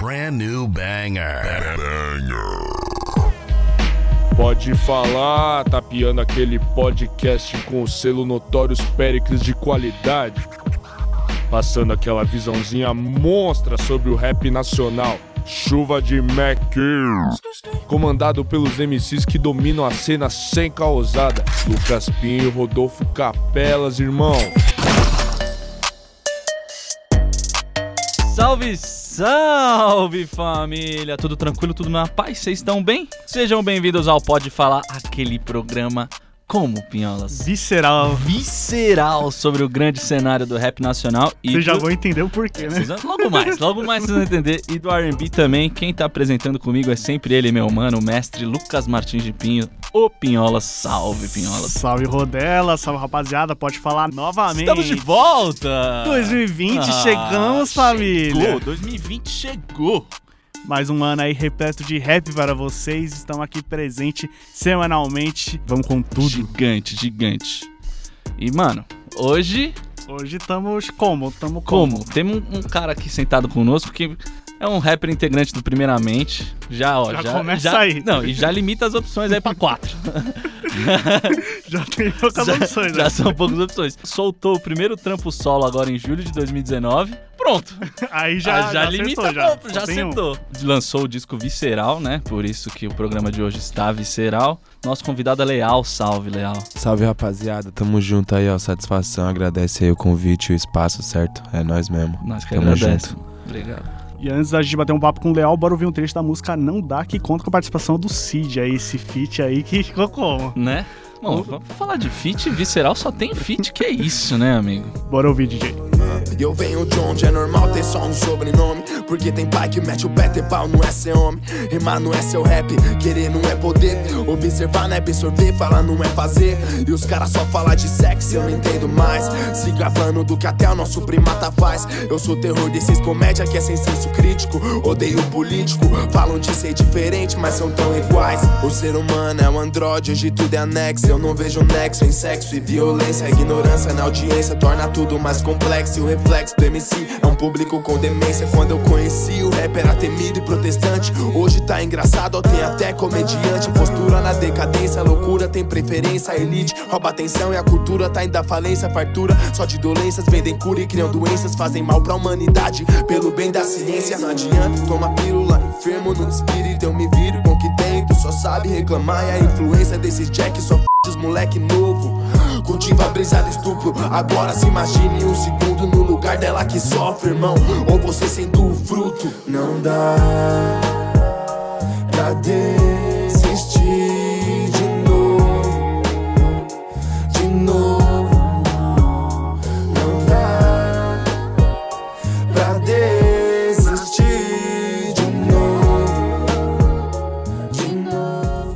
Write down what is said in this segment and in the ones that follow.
brand new banger. Pode falar, tapeando aquele podcast com o selo Notórios Péricles de qualidade, passando aquela visãozinha monstra sobre o rap nacional. Chuva de Mac, comandado pelos MCs que dominam a cena sem causada. Lucas Pinho, Rodolfo Capelas, irmão. Salve, salve família! Tudo tranquilo, tudo na paz? Vocês estão bem? Sejam bem-vindos ao Pode Falar, aquele programa como, Pinholas? Visceral sobre o grande cenário do rap nacional. Vocês já vão entender o porquê, né? Logo mais vocês vão entender. E do R&B também, quem tá apresentando comigo é sempre ele, meu mano, o mestre Lucas Martins de Pinho, o Pinholas. Salve, Pinholas! Salve, Rodela, salve, rapaziada, pode falar novamente. Estamos de volta! 2020, chegamos, família! Chegou, 2020 chegou! Mais um ano aí repleto de rap para vocês. Estamos aqui presente semanalmente. Vamos com tudo. Gigante. E, mano, hoje estamos como? Temos um cara aqui sentado conosco que é um rapper integrante do Primeiramente. Já começa aí. Não, e já limita as opções aí pra 4. Já tem poucas opções, né? Já são poucas opções. Soltou o primeiro trampo solo agora em julho de 2019. Pronto. Aí já limita, acertou, já acertou. Lançou o disco Visceral, né? Por isso que o programa de hoje está visceral. Nosso convidado é Leal. Salve, Leal. Salve, rapaziada. Tamo junto aí, ó. Satisfação. Agradece aí o convite e o espaço, certo? É nós mesmo. Nós que Tamo agradece. junto. Obrigado. E antes da gente bater um papo com o Leal, bora ouvir um trecho da música Não Dá, que conta com a participação do Cid aí, esse feat aí que ficou como? Né? Bom, vamos falar de feat, Visceral só tem feat, que é isso, né, amigo? Bora ouvir, DJ. Eu venho de onde é normal ter só um sobrenome, porque tem pai que mete o pé, ter pau não é ser homem. Rimar não é seu rap, querer não é poder. Observar não é absorver, falar não é fazer. E os caras só falam de sexo, eu não entendo mais. Se gravando do que até o nosso primata faz. Eu sou o terror desses comédia que é sem senso crítico. Odeio político, falam de ser diferente, mas são tão iguais. O ser humano é um androide, hoje tudo é anexo. Eu não vejo nexo em sexo e violência. A ignorância na audiência torna tudo mais complexo. E o reflexo do MC é um público com demência. Quando eu conheci o rap era temido e protestante. Hoje tá engraçado, ó, tem até comediante. Postura na decadência, loucura tem preferência. A elite rouba atenção e a cultura tá indo à falência. Fartura só de dolências, vendem cura e criam doenças. Fazem mal pra humanidade, pelo bem da ciência. Não adianta, toma pílula, enfermo no espírito. Eu me viro com o que tem, tu só sabe reclamar. E a influência desses jack só os moleque novo. Cultiva a brisa do estupro. Agora se imagine um segundo no lugar dela que sofre, irmão. Ou você sendo o fruto. Não dá pra desistir de novo. Não dá pra desistir de novo.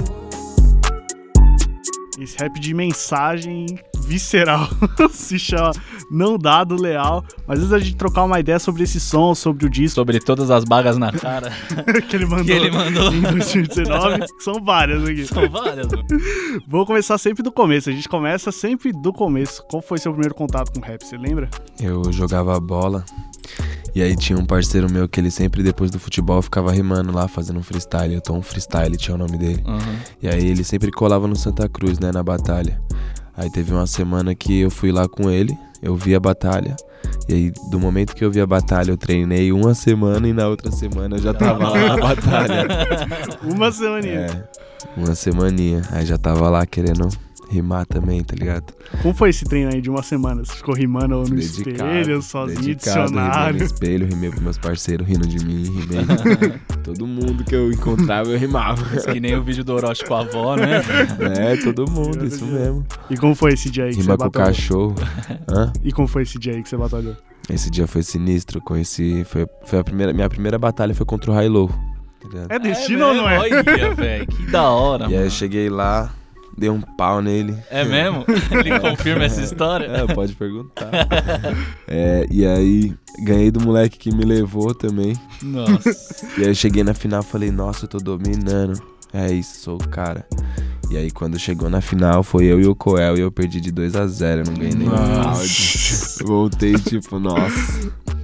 Esse rap de mensagem visceral se chama Não Dá, do Leal. Mas antes da gente trocar uma ideia sobre esse som, sobre o disco, Sobre todas as bagas na cara que ele mandou em 2019, que são várias aqui. São várias, mano. Vou começar sempre do começo. A gente começa sempre do começo. Qual foi seu primeiro contato com rap? Você lembra? Eu jogava bola e aí tinha um parceiro meu que ele sempre, depois do futebol, ficava rimando lá, fazendo um freestyle. Eu tô um freestyle, tinha o nome dele. E aí ele sempre colava no Santa Cruz, né, na batalha. Aí teve uma semana que eu fui lá com ele, eu vi a batalha. E aí, do momento que eu vi a batalha, eu treinei uma semana e na outra semana eu já tava lá na batalha. Uma semaninha. É, uma semaninha. Aí já tava lá querendo rimar também, tá ligado? Como foi esse treino aí de uma semana? Você ficou rimando no espelho, sozinho, dicionário? Rimei no espelho, rimei pros meus parceiros rindo de mim, rimei. Todo mundo que eu encontrava, eu rimava. Que nem o vídeo do Orochi com a avó, né? É, todo mundo, isso mesmo. E como foi esse dia aí que Rima você com o batalhou? cachorro. Hã? E como foi esse dia aí que você batalhou? Esse dia foi sinistro, conheci... Foi a minha primeira batalha foi contra o Hilo. É destino ou não é? Olha, velho, que da hora, E mano. aí eu cheguei lá, dei um pau nele. É mesmo? Ele confirma essa história? É, pode perguntar. E aí ganhei do moleque que me levou também. Nossa. E aí eu cheguei na final e falei, nossa, eu tô dominando. É isso, sou o cara. E aí quando chegou na final foi eu e o Coel e eu perdi de 2-0, eu não ganhei nem um round. Voltei tipo, nossa.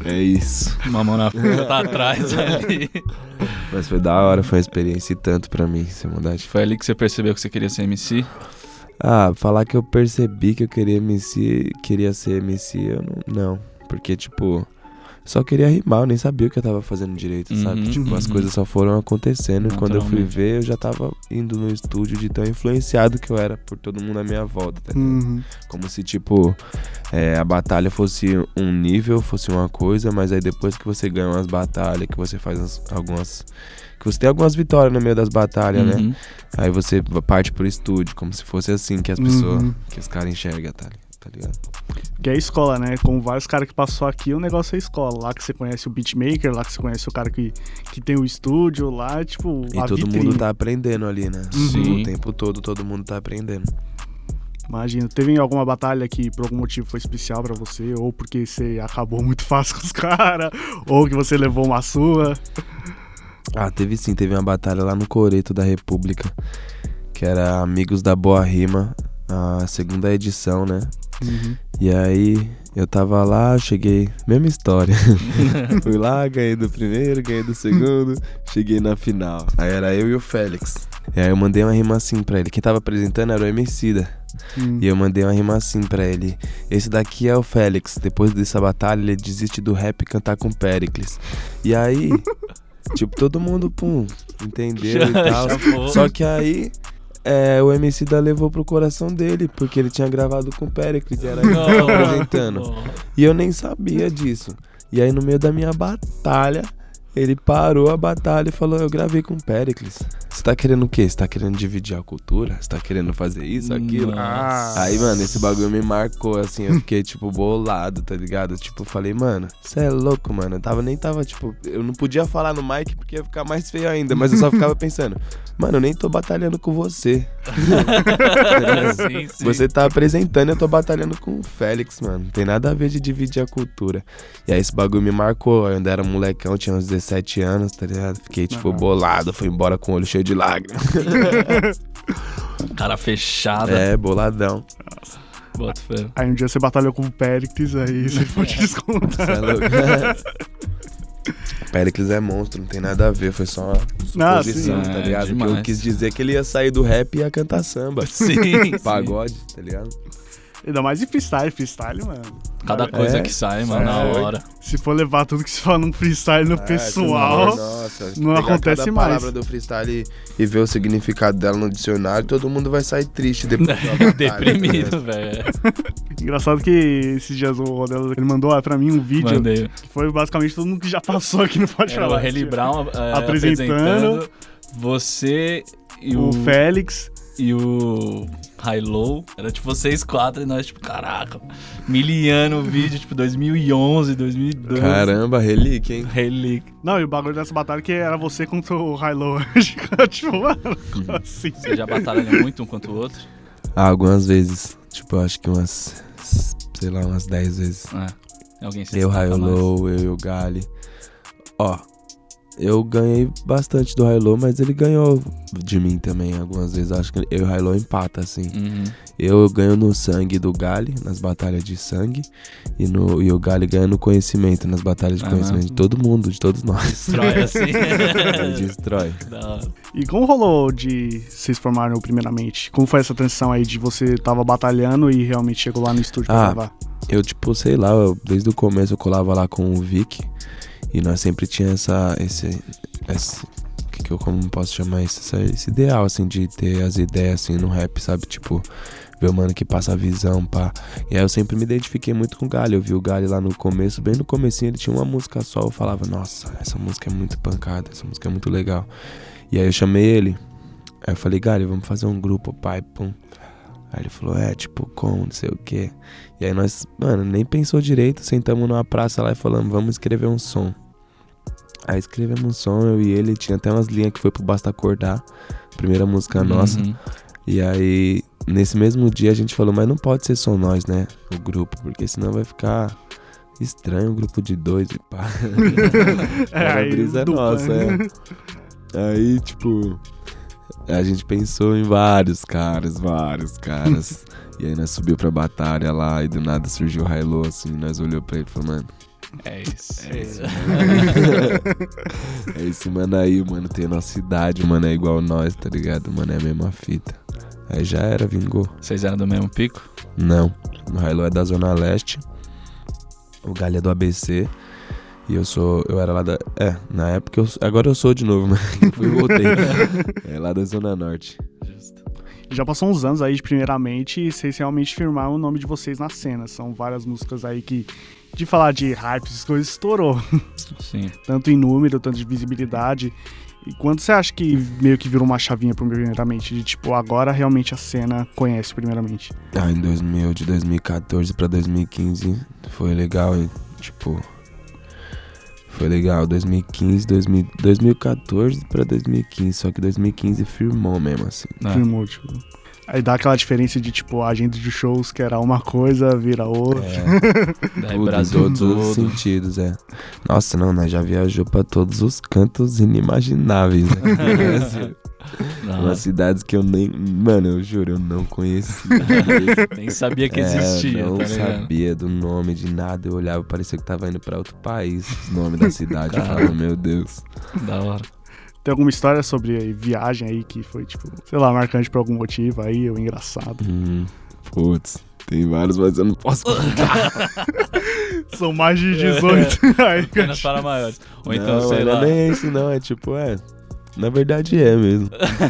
É isso. Uma mão na frente, outra atrás ali. Mas foi da hora, foi uma experiência e tanto pra mim, sem maldade. Foi ali que você percebeu que você queria ser MC? Ah, falar que eu percebi que eu queria ser MC, eu não. Porque, tipo, só queria rimar, eu nem sabia o que eu tava fazendo direito, sabe? Tipo, as coisas só foram acontecendo e quando eu fui ver, eu já tava indo no estúdio de tão influenciado que eu era por todo mundo à minha volta, tá ligado? Como se, tipo, a batalha fosse um nível, fosse uma coisa, mas aí depois que você ganha umas batalhas, que você faz algumas... que você tem algumas vitórias no meio das batalhas, né? Aí você parte pro estúdio, como se fosse assim que as pessoas, que os caras enxergam, tá ligado? Que é a escola, né? Com vários caras que passou aqui, o negócio é escola. Lá que você conhece o beatmaker, lá que você conhece o cara que tem o estúdio, lá, tipo, e a todo vitrine. mundo tá aprendendo ali, né? Sim. O tempo todo mundo tá aprendendo. Imagina, teve alguma batalha que por algum motivo foi especial pra você, ou porque você acabou muito fácil com os caras, ou que você levou uma sua? Ah, teve uma batalha lá no Coreto da República, que era Amigos da Boa Rima, a segunda edição, né? E aí eu tava lá, cheguei, mesma história. Fui lá, ganhei do primeiro, ganhei do segundo, cheguei na final. Aí era eu e o Félix. E aí eu mandei uma rima assim pra ele. Quem tava apresentando era o Emicida. E eu mandei uma rima assim pra ele: esse daqui é o Félix. Depois dessa batalha ele desiste do rap e cantar com Péricles. E aí, tipo, todo mundo, entendeu e tal. Só que aí o Emicida levou pro coração dele, porque ele tinha gravado com o Péricles e era ele que tava apresentando. E eu nem sabia disso. E aí no meio da minha batalha, ele parou a batalha e falou: eu gravei com o Péricles. Você tá querendo o quê? Você tá querendo dividir a cultura? Você tá querendo fazer isso, aquilo? Aí, mano, esse bagulho me marcou, assim, eu fiquei, tipo, bolado, tá ligado? Tipo, falei, mano, você é louco, mano. Eu não podia falar no mic porque ia ficar mais feio ainda, mas eu só ficava pensando, mano, eu nem tô batalhando com você. Sim. Você tá apresentando e eu tô batalhando com o Félix, mano. Não tem nada a ver de dividir a cultura. E aí esse bagulho me marcou. Eu ainda era molecão, tinha uns 17 anos, tá ligado? Fiquei, tipo, bolado. Fui embora com o olho cheio de lágrimas. Cara fechada. É, boladão. Bota fé. Aí um dia você batalhou com o Péricles, aí você pode descontar. Você é louco. Péricles é monstro, não tem nada a ver, foi só uma suposição, tá ligado? Porque eu quis dizer que ele ia sair do rap e ia cantar samba. Sim. Pagode, tá ligado? Ainda mais em freestyle, mano. Cada coisa que sai, mano, na hora. Se for levar tudo que se fala num freestyle no pessoal, não acontece cada mais. Palavra do freestyle e ver o significado dela no dicionário, todo mundo vai sair triste depois da batalha. Deprimido, velho. Engraçado que esses dias o Rodel, ele mandou pra mim um vídeo que foi basicamente todo mundo que já passou aqui no Pode Falar. O Relly Brown apresentando você e o Félix e o High-Low. Era tipo vocês quatro e nós tipo, caraca, miliano o vídeo, tipo 2011, 2012. Caramba, relíquia, hein? Relíquia. Não, e o bagulho dessa batalha que era você contra o High-Low. Tipo, mano, assim. Você já batalha muito um contra o outro? Ah, algumas vezes. Tipo, eu acho que umas 10 vezes. Alguém se eu, High-Low, eu e o Gali. Ó, eu ganhei bastante do High-Low, mas ele ganhou de mim também algumas vezes. Acho que eu e o High-Low empata, assim. Eu ganho no sangue do Gali, nas batalhas de sangue. E o Gali ganha no conhecimento, nas batalhas de conhecimento de todo mundo, de todos nós. Destrói, assim. Ele destrói. E como rolou de vocês formarem primeiramente? Como foi essa transição aí de você tava batalhando e realmente chegou lá no estúdio pra gravar? Eu, tipo, sei lá, desde o começo eu colava lá com o Vic. E nós sempre tinha como posso chamar isso? Esse ideal, assim, de ter as ideias, assim, no rap, sabe? Tipo, ver o mano que passa a visão, pá. E aí eu sempre me identifiquei muito com o Gali. Eu vi o Gali lá no começo, bem no comecinho, ele tinha uma música só. Eu falava, nossa, essa música é muito pancada, essa música é muito legal. E aí eu chamei ele. Aí eu falei, Gali, vamos fazer um grupo, pai, pum. Aí ele falou, tipo, como, não sei o quê. E aí nós, mano, nem pensou direito, sentamos numa praça lá e falamos, vamos escrever um som. Aí escrevemos um som, eu e ele, tinha até umas linhas que foi pro Basta Acordar, primeira música nossa. E aí, nesse mesmo dia a gente falou, mas não pode ser só nós, né, o grupo, porque senão vai ficar estranho, um grupo de 2 e pá. Era a brisa nossa, Aí, tipo, a gente pensou em vários caras. E aí nós subiu pra batalha lá e do nada surgiu o High-Low, assim, nós olhou pra ele e falou, mano, É isso. É esse mano aí, mano, tem nossa idade, mano, é igual nós, tá ligado? Mano, é a mesma fita. Aí já era, vingou. Vocês eram do mesmo pico? Não, o Railo é da Zona Leste, o Galho é do ABC, e eu era lá da... na época, agora eu sou de novo, mas eu fui e voltei. É lá da Zona Norte. Justo. Já passou uns anos aí, primeiramente, e vocês realmente firmaram o nome de vocês na cena. São várias músicas aí que, de falar de hype, essas coisas, estourou. Sim. Tanto em número, tanto de visibilidade. E quando você acha que meio que virou uma chavinha primeiramente? De tipo, agora realmente a cena conhece primeiramente? De 2014 pra 2015 foi legal, hein? Tipo... Foi legal, 2014 pra 2015, só que 2015 firmou mesmo, assim. Firmou, tipo... Aí dá aquela diferença de, tipo, a agenda de shows que era uma coisa, vira outra. Em todos os sentidos, Nossa, não, nós já viajou pra todos os cantos inimagináveis, né? Umas cidades que eu nem... Mano, eu juro, eu não conhecia. Nem sabia que existia, não tá ligado? sabia do nome de nada. Eu olhava, parecia que tava indo pra outro país. O nome da cidade, eu falava, meu Deus. Da hora. Tem alguma história sobre viagem aí que foi, tipo, sei lá, marcante por algum motivo aí, ou engraçado? Putz, tem vários, mas eu não posso contar. São mais de 18. Aí, Apenas para maiores. Ou então, não, sei lá. Não é isso, não. É tipo, na verdade é mesmo.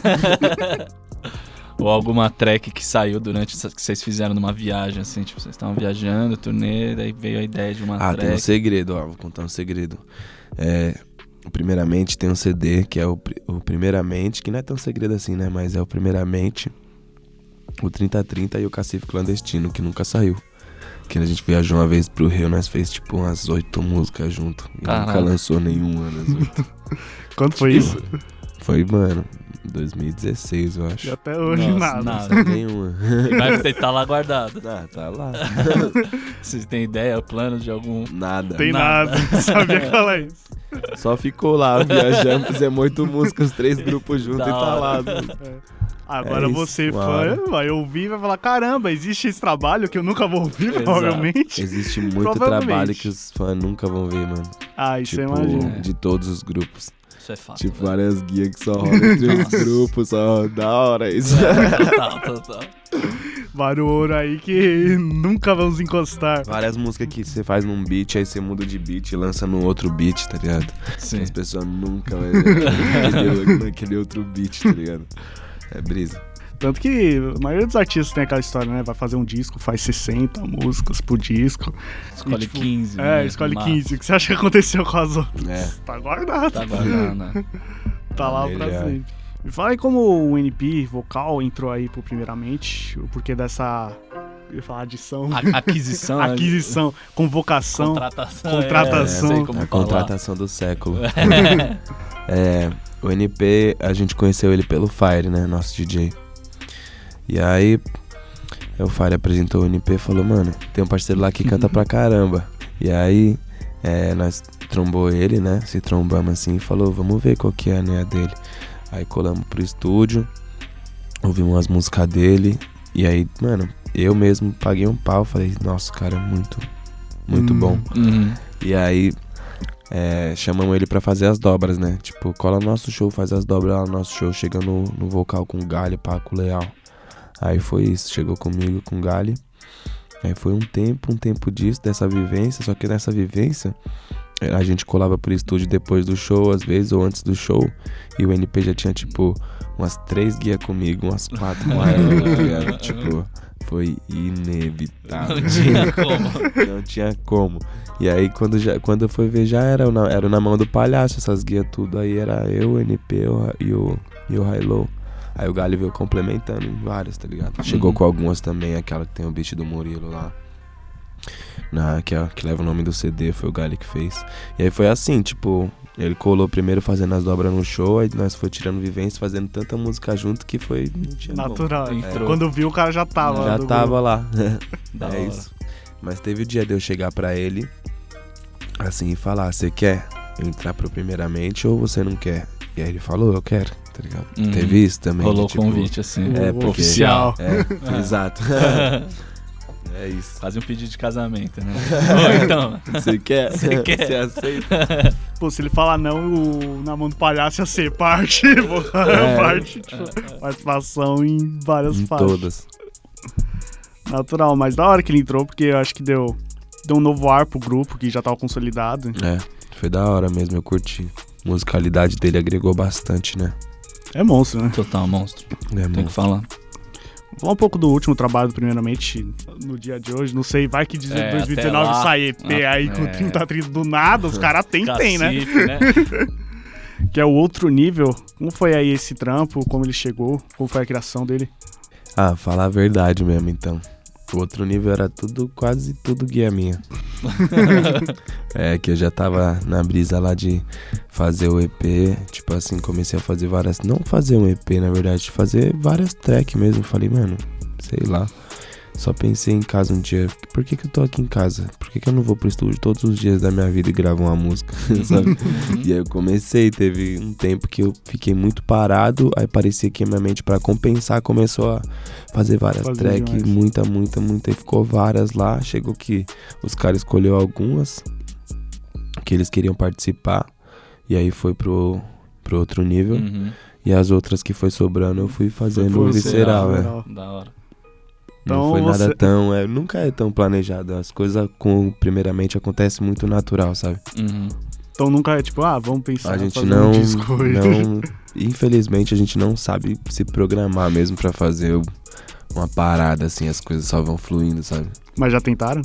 Ou alguma track que saiu durante que vocês fizeram numa viagem, assim, tipo, vocês estavam viajando, turnê, daí veio a ideia de uma track. Tem um segredo, vou contar um segredo. Primeiramente tem um CD, que é o Primeiramente, que não é tão segredo assim, né? Mas é o Primeiramente, o 3030 e o Cacife Clandestino, que nunca saiu. Que a gente viajou uma vez pro Rio, nós fez tipo umas 8 músicas junto. E nunca lançou nenhuma das 8. Quando foi isso? Foi, mano, 2016, eu acho. E até hoje nada. Nenhuma. E vai estar lá guardado. Tá lá. Vocês têm ideia, plano de algum... Nada. Tem nada. Sabia falar isso. Só ficou lá, viajando, fizemos 8 músicas, 3 grupos juntos e tá lá. Agora você, fã, vai ouvir e vai falar, caramba, existe esse trabalho que eu nunca vou ouvir, provavelmente. Existe muito trabalho que os fãs nunca vão ver, mano. Isso eu imagino. De todos os grupos. Isso é fato. Tipo, várias guias que só rolam entre os grupos, só da hora isso. Total. Vários ouro aí que nunca vamos encostar. Várias músicas que você faz num beat, aí você muda de beat e lança no outro beat, tá ligado? Sim. As pessoas nunca vão ver naquele outro beat, tá ligado? É brisa. Tanto que a maioria dos artistas tem aquela história, né? Vai fazer um disco, faz 60 músicas pro disco. Escolhe 15. Escolhe 15. O que você acha que aconteceu com as outras? Tá guardado. Tá guardado, né? Tá lá pra sempre. Me fala aí como o NP vocal entrou aí pro Primeiramente, o porquê dessa... Eu ia falar adição. Aquisição. Aquisição, convocação. Contratação. Sei como contratação do século. O NP, a gente conheceu ele pelo Fire, né? Nosso DJ. E aí, o Fire apresentou o NP e falou, mano, tem um parceiro lá que canta pra caramba. E aí, nós trombou ele, né? Se trombamos assim e falou, vamos ver qual que é a né dele. Aí colamos pro estúdio, ouvimos as músicas dele. E aí, mano, eu mesmo paguei um pau. Falei, nossa, cara, muito bom. E aí, chamamos ele pra fazer as dobras, né? Tipo, cola no nosso show, faz as dobras lá no nosso show. Chega no vocal com o Galho, pá, com o Leal. Aí foi isso, chegou comigo, com o Galho. Aí foi um tempo disso, dessa vivência. Só que nessa vivência, a gente colava pro estúdio depois do show, às vezes, ou antes do show. E o NP já tinha, tipo, umas 3 guias comigo, umas 4 com ela, tipo, foi inevitável. Não tinha como. E aí, quando eu fui ver, já era na mão do palhaço essas guias tudo. Aí era eu, o NP e o Hilo. Aí o Galho veio complementando em várias, tá ligado? Chegou com algumas também, aquela que tem o beat do Murilo lá. Que leva o nome do CD, foi o Galho que fez. E aí foi assim, tipo, ele colou primeiro fazendo as dobras no show, aí nós foi tirando vivência, fazendo tanta música junto que foi... Não tinha natural. Quando viu, o cara já tava lá. Já tava lá. É isso. Mas teve o dia de eu chegar pra ele, assim, e falar, você quer entrar pro Primeiramente ou você não quer? E aí ele falou, eu quero, tá ligado? Teve isso também. Rolou convite, assim. Oficial. Exato. É isso. Quase um pedido de casamento, né? Ou então... Você quer? Você quer? Você aceita? Pô, se ele falar não, Na Mão do Palhaço ia ser parte. Parte, tipo, participação em várias Em faixas. todas. Natural, mas da hora que ele entrou, porque eu acho que deu um novo ar pro grupo, que já tava consolidado. Foi da hora mesmo, eu curti. A musicalidade dele agregou bastante, né? É monstro, né? Total, monstro. É Tem que falar. Vou falar um pouco do último trabalho, primeiramente, no dia de hoje. Não sei, vai que diz É, 2019 até lá. sai EP aí com 30 do nada, os caras tem, né? Cacife, né? Que é o outro nível. Como foi aí esse trampo? Como ele chegou? Como foi a criação dele? Ah, falar a verdade mesmo, então. O outro nível era quase tudo guia minha. É, que eu já tava na brisa lá de fazer o EP. Tipo assim, comecei a fazer várias... Não fazer um EP, na verdade. Fazer várias tracks mesmo. Falei, mano, sei lá. Só pensei em casa um dia. Por que eu tô aqui em casa? Por que eu não vou pro estúdio todos os dias da minha vida e gravo uma música? Sabe? E aí eu comecei. Teve um tempo que eu fiquei muito parado. Aí parecia que a minha mente, pra compensar, começou a fazer várias tracks. Muita. E ficou várias lá. Chegou que os caras escolheu algumas que eles queriam participar. E aí foi pro outro nível. E as outras que foi sobrando eu fui fazendo o visceral, Da hora. Então, não foi nada tão... nunca é tão planejado. As coisas, primeiramente, acontecem muito natural, sabe? Então nunca é tipo, vamos pensar. A gente fazer não... um disco hoje. Infelizmente, a gente não sabe se programar mesmo pra fazer uma parada, assim. As coisas só vão fluindo, sabe? Mas já tentaram?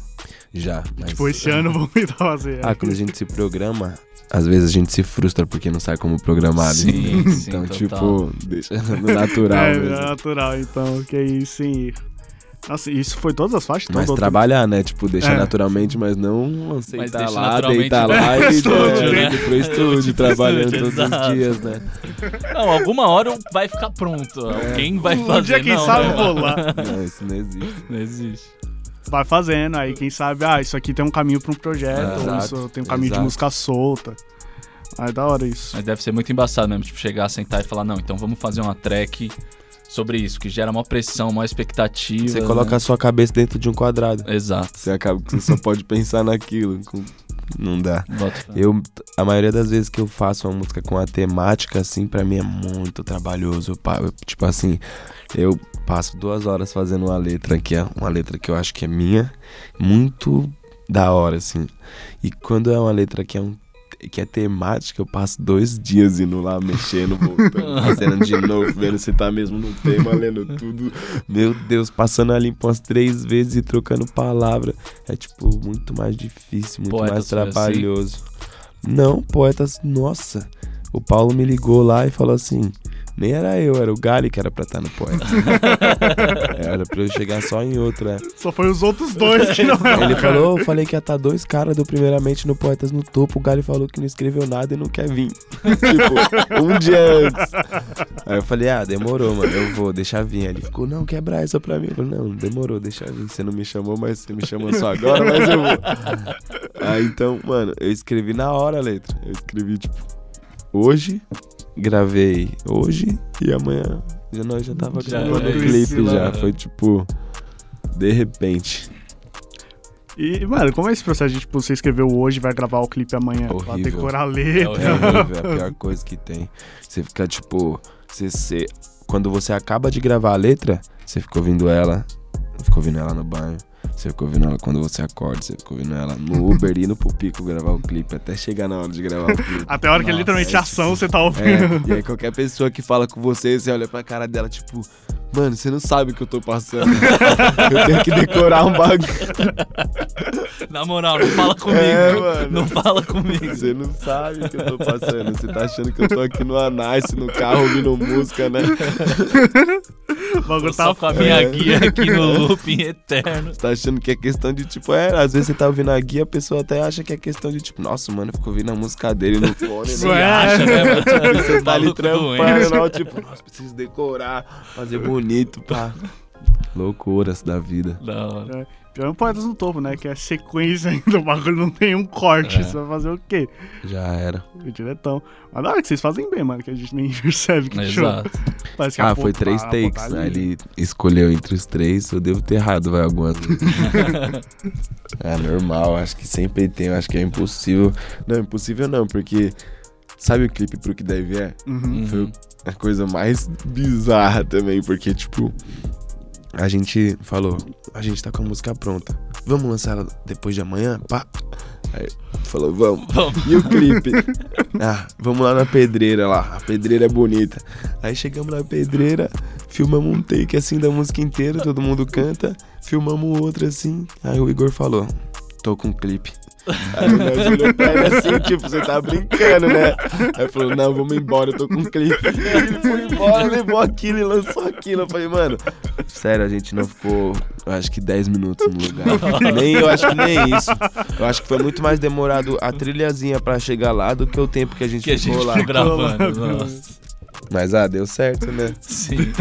Já, mas... Tipo, esse ano vamos tentar fazer. Quando a gente se programa... Às vezes a gente se frustra porque não sai como programado. Sim, então, total. tipo, deixa no natural mesmo. É natural, então, que isso, sim. Nossa, isso foi todas as faixas? Mas trabalhar, né? Tipo, deixar naturalmente, mas não aceitar deixa lá, naturalmente deitar pro lá e estúdio, né? ir pro estúdio, trabalhando todos exato. os dias, né? Não, alguma hora vai ficar pronto. Alguém vai fazer. Um dia, quem sabe, eu vou lá. Não, isso não existe. Não existe. Vai fazendo, aí quem sabe, isso aqui tem um caminho pra um projeto, ou isso tem um caminho de música solta. É da hora isso. Mas deve ser muito embaçado mesmo, tipo, chegar, sentar e falar, não, então vamos fazer uma track sobre isso, que gera maior pressão, maior expectativa. Você coloca a sua cabeça dentro de um quadrado. Exato. Você acaba que você só pode pensar naquilo. Não dá. Bota. A maioria das vezes que eu faço uma música com a temática, assim, pra mim é muito trabalhoso. Tipo assim, eu passo 2 horas fazendo uma letra que é uma letra que eu acho que é minha, muito da hora, assim. E quando é uma letra que é temática, eu passo 2 dias indo lá, mexendo, voltando, fazendo de novo, vendo se tá mesmo no tema, lendo tudo. Meu Deus, passando a limpo umas 3 vezes e trocando palavra. É, tipo, muito mais difícil, muito Poetas mais foi trabalhoso. Não, Poetas, nossa. O Paulo me ligou lá e falou assim... Nem era eu, era o Gali que era pra estar no Poetas. Era pra eu chegar só em outro, Só foi os outros 2 que não... Ele falou, eu falei que ia estar 2 caras do Primeiramente no Poetas no topo. O Gali falou que não escreveu nada e não quer vir. Tipo, um dia antes. Aí eu falei, demorou, mano, eu vou, deixa vir. Aí ele ficou, não, quebra essa pra mim. Eu falei, não, demorou, deixa vir. Você não me chamou, mas você me chamou só agora, mas eu vou. Aí então, mano, eu escrevi na hora a letra. Eu escrevi, tipo, hoje... Gravei hoje e amanhã nós já tava gravando o clipe já. Foi tipo, de repente. E, mano, como é esse processo de, tipo, você escreveu hoje e vai gravar o clipe amanhã? Horrível. Vai decorar a letra. É horrível, é a pior coisa que tem. Você fica tipo, quando você acaba de gravar a letra, você fica ouvindo ela no banho. Você fica ouvindo ela quando você acorda, você fica ouvindo ela no Uber, indo pro pico gravar o clipe, até chegar na hora de gravar o clipe. Até a hora que é literalmente ação você tá ouvindo. E aí qualquer pessoa que fala com você olha pra cara dela, tipo, mano, você não sabe o que eu tô passando. Eu tenho que decorar um bagulho. Na moral, não fala comigo. Mano. Não fala comigo. Você não sabe o que eu tô passando. Você tá achando que eu tô aqui no Anais, no carro, ouvindo música, né? O bagulho Só com a minha guia aqui no looping eterno. Você tá achando que é questão de, tipo, às vezes você tá ouvindo a guia, a pessoa até acha que é questão de, tipo, nossa, mano, eu fico ouvindo a música dele no fone. Você né? acha, né, mano? Você tá ali Maluco trampando, doente. não, tipo, nossa, preciso decorar, fazer bonito, pá. Loucuras da vida. Da hora. Pior Tirando Poetas no Topo, né? Que é sequência ainda, o bagulho não tem um corte. Você vai fazer o quê? Já era. O diretão. Mas na hora que vocês fazem bem, mano, que a gente nem percebe que show. Parece que foi 3 takes, né? Ele escolheu entre os 3, eu devo ter errado, vai, algumas vezes. É normal, acho que sempre tem, eu acho que é impossível. Não, impossível não, porque sabe o clipe Pro Que Deve É? Foi a coisa mais bizarra também, porque, tipo, a gente falou, a gente tá com a música pronta, vamos lançar ela depois de amanhã? Pá. Aí falou, vamos. E o clipe? Vamos lá na pedreira lá, a pedreira é bonita. Aí chegamos na pedreira, filmamos um take assim da música inteira, todo mundo canta, filmamos outra assim. Aí o Igor falou, tô com um clipe. Aí nós olhamos pra ele assim, tipo, você tá brincando, né? Aí falou, não, vamos embora, eu tô com um clipe. Ele foi embora, levou aquilo e lançou aquilo. Eu falei, mano, sério, a gente não ficou, eu acho que 10 minutos no lugar. Eu acho que nem isso. Eu acho que foi muito mais demorado a trilhazinha pra chegar lá do que o tempo que a gente ficou lá. Gravando, nossa. Mas deu certo, né? Sim.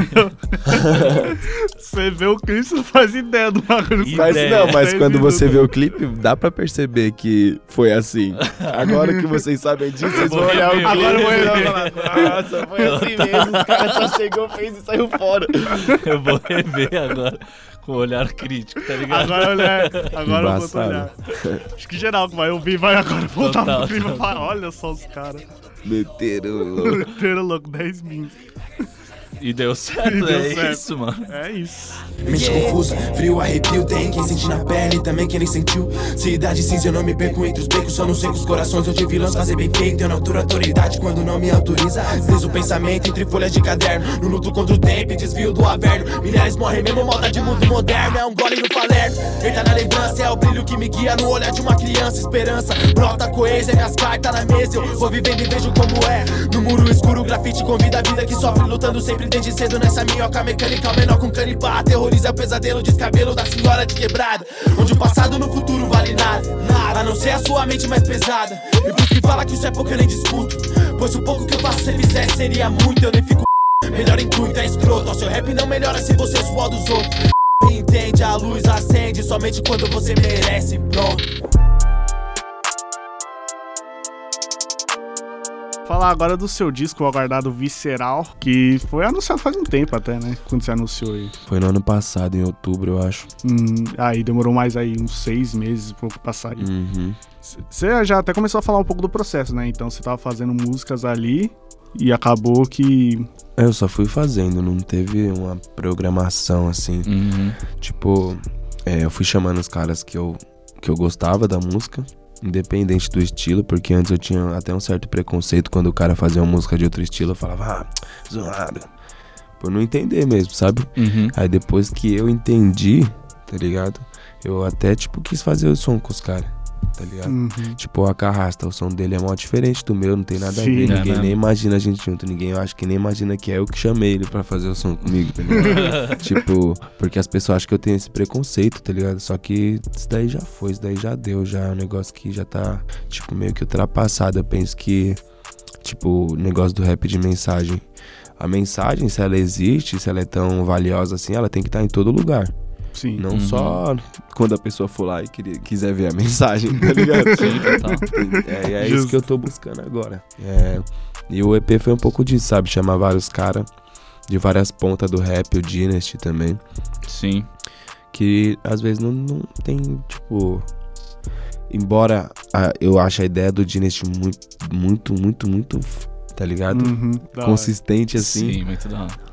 Você vê o clipe, você não faz ideia do bagulho. Mas quando você vê o clipe, dá pra perceber que foi assim. Agora que vocês sabem disso, vocês vão olhar o clipe. Agora eu vou olhar e falar, nossa, foi assim mesmo. O cara só chegou, fez e saiu fora. Eu vou rever agora com olhar crítico, tá ligado? Agora eu vou olhar. Acho que geral que vai ouvir vai agora voltar pro clipe e falar, olha só os caras. Meteram louco 10 min. E deu certo, certo. Isso, mano. É isso. Mente confusa, frio, arrepio, tem quem sente na pele, também quem nem sentiu. Cidade cinza, eu não me perco entre os becos, só não sei com os corações onde vilões fazer bem feito. Eu não aturo autoridade quando não me autoriza. Deslizo o pensamento entre folhas de caderno, no luto contra o tempo e desvio do averno. Milhares morrem mesmo, maldade mundo moderno, é um gole no falerno. Eita na lembrança, é o brilho que me guia no olhar de uma criança. Esperança, brota coesa, minhas cartas na mesa, eu vou vivendo e vejo como é. No muro escuro, grafite convida a vida que sofre lutando sempre desde cedo nessa minhoca mecânica, o menor com canipá. Aterroriza o pesadelo, descabelo da senhora de quebrada, onde o passado no futuro vale nada, a não ser a sua mente mais pesada. E por que fala que isso é pouco eu nem discuto, pois o pouco que eu faço se fizesse seria muito. Eu nem fico melhor intuito, é escroto. O seu rap não melhora se você suar dos outros. Entende, a luz acende somente quando você merece, pronto. Falar agora do seu disco, o aguardado Visceral, que foi anunciado faz um tempo até, né? Quando você anunciou aí. Foi no ano passado, em outubro, eu acho. Aí demorou mais aí uns 6 meses pra sair. Você já até começou a falar um pouco do processo, né? Então você tava fazendo músicas ali e acabou que... Eu só fui fazendo, não teve uma programação assim. Tipo, eu fui chamando os caras que eu gostava da música, independente do estilo, porque antes eu tinha até um certo preconceito quando o cara fazia uma música de outro estilo, eu falava, zoado, por não entender mesmo, sabe? Aí depois que eu entendi, tá ligado? Eu até, tipo, quis fazer o som com os caras, tá ligado? Tipo, a Carrasta, o som dele é mó diferente do meu, não tem nada a ver, ninguém nem imagina a gente junto, ninguém, eu acho que nem imagina que é eu que chamei ele pra fazer o som comigo, tá ligado? Tipo, porque as pessoas acham que eu tenho esse preconceito, tá ligado? Só que isso daí já foi, isso daí já deu, já é um negócio que já tá, tipo, meio que ultrapassado. Eu penso que, tipo, o negócio do rap de mensagem, a mensagem, se ela existe, se ela é tão valiosa assim, ela tem que estar em todo lugar. Sim. Não só quando a pessoa for lá e quiser ver a mensagem, tá ligado? Sim, total. É isso que eu tô buscando agora. E o EP foi um pouco disso, sabe? Chamar vários caras de várias pontas do rap, o Dynasty também. Sim. Que às vezes não tem, tipo... Embora eu ache a ideia do Dynasty muito, tá ligado? Consistente assim. Sim, muito da hora.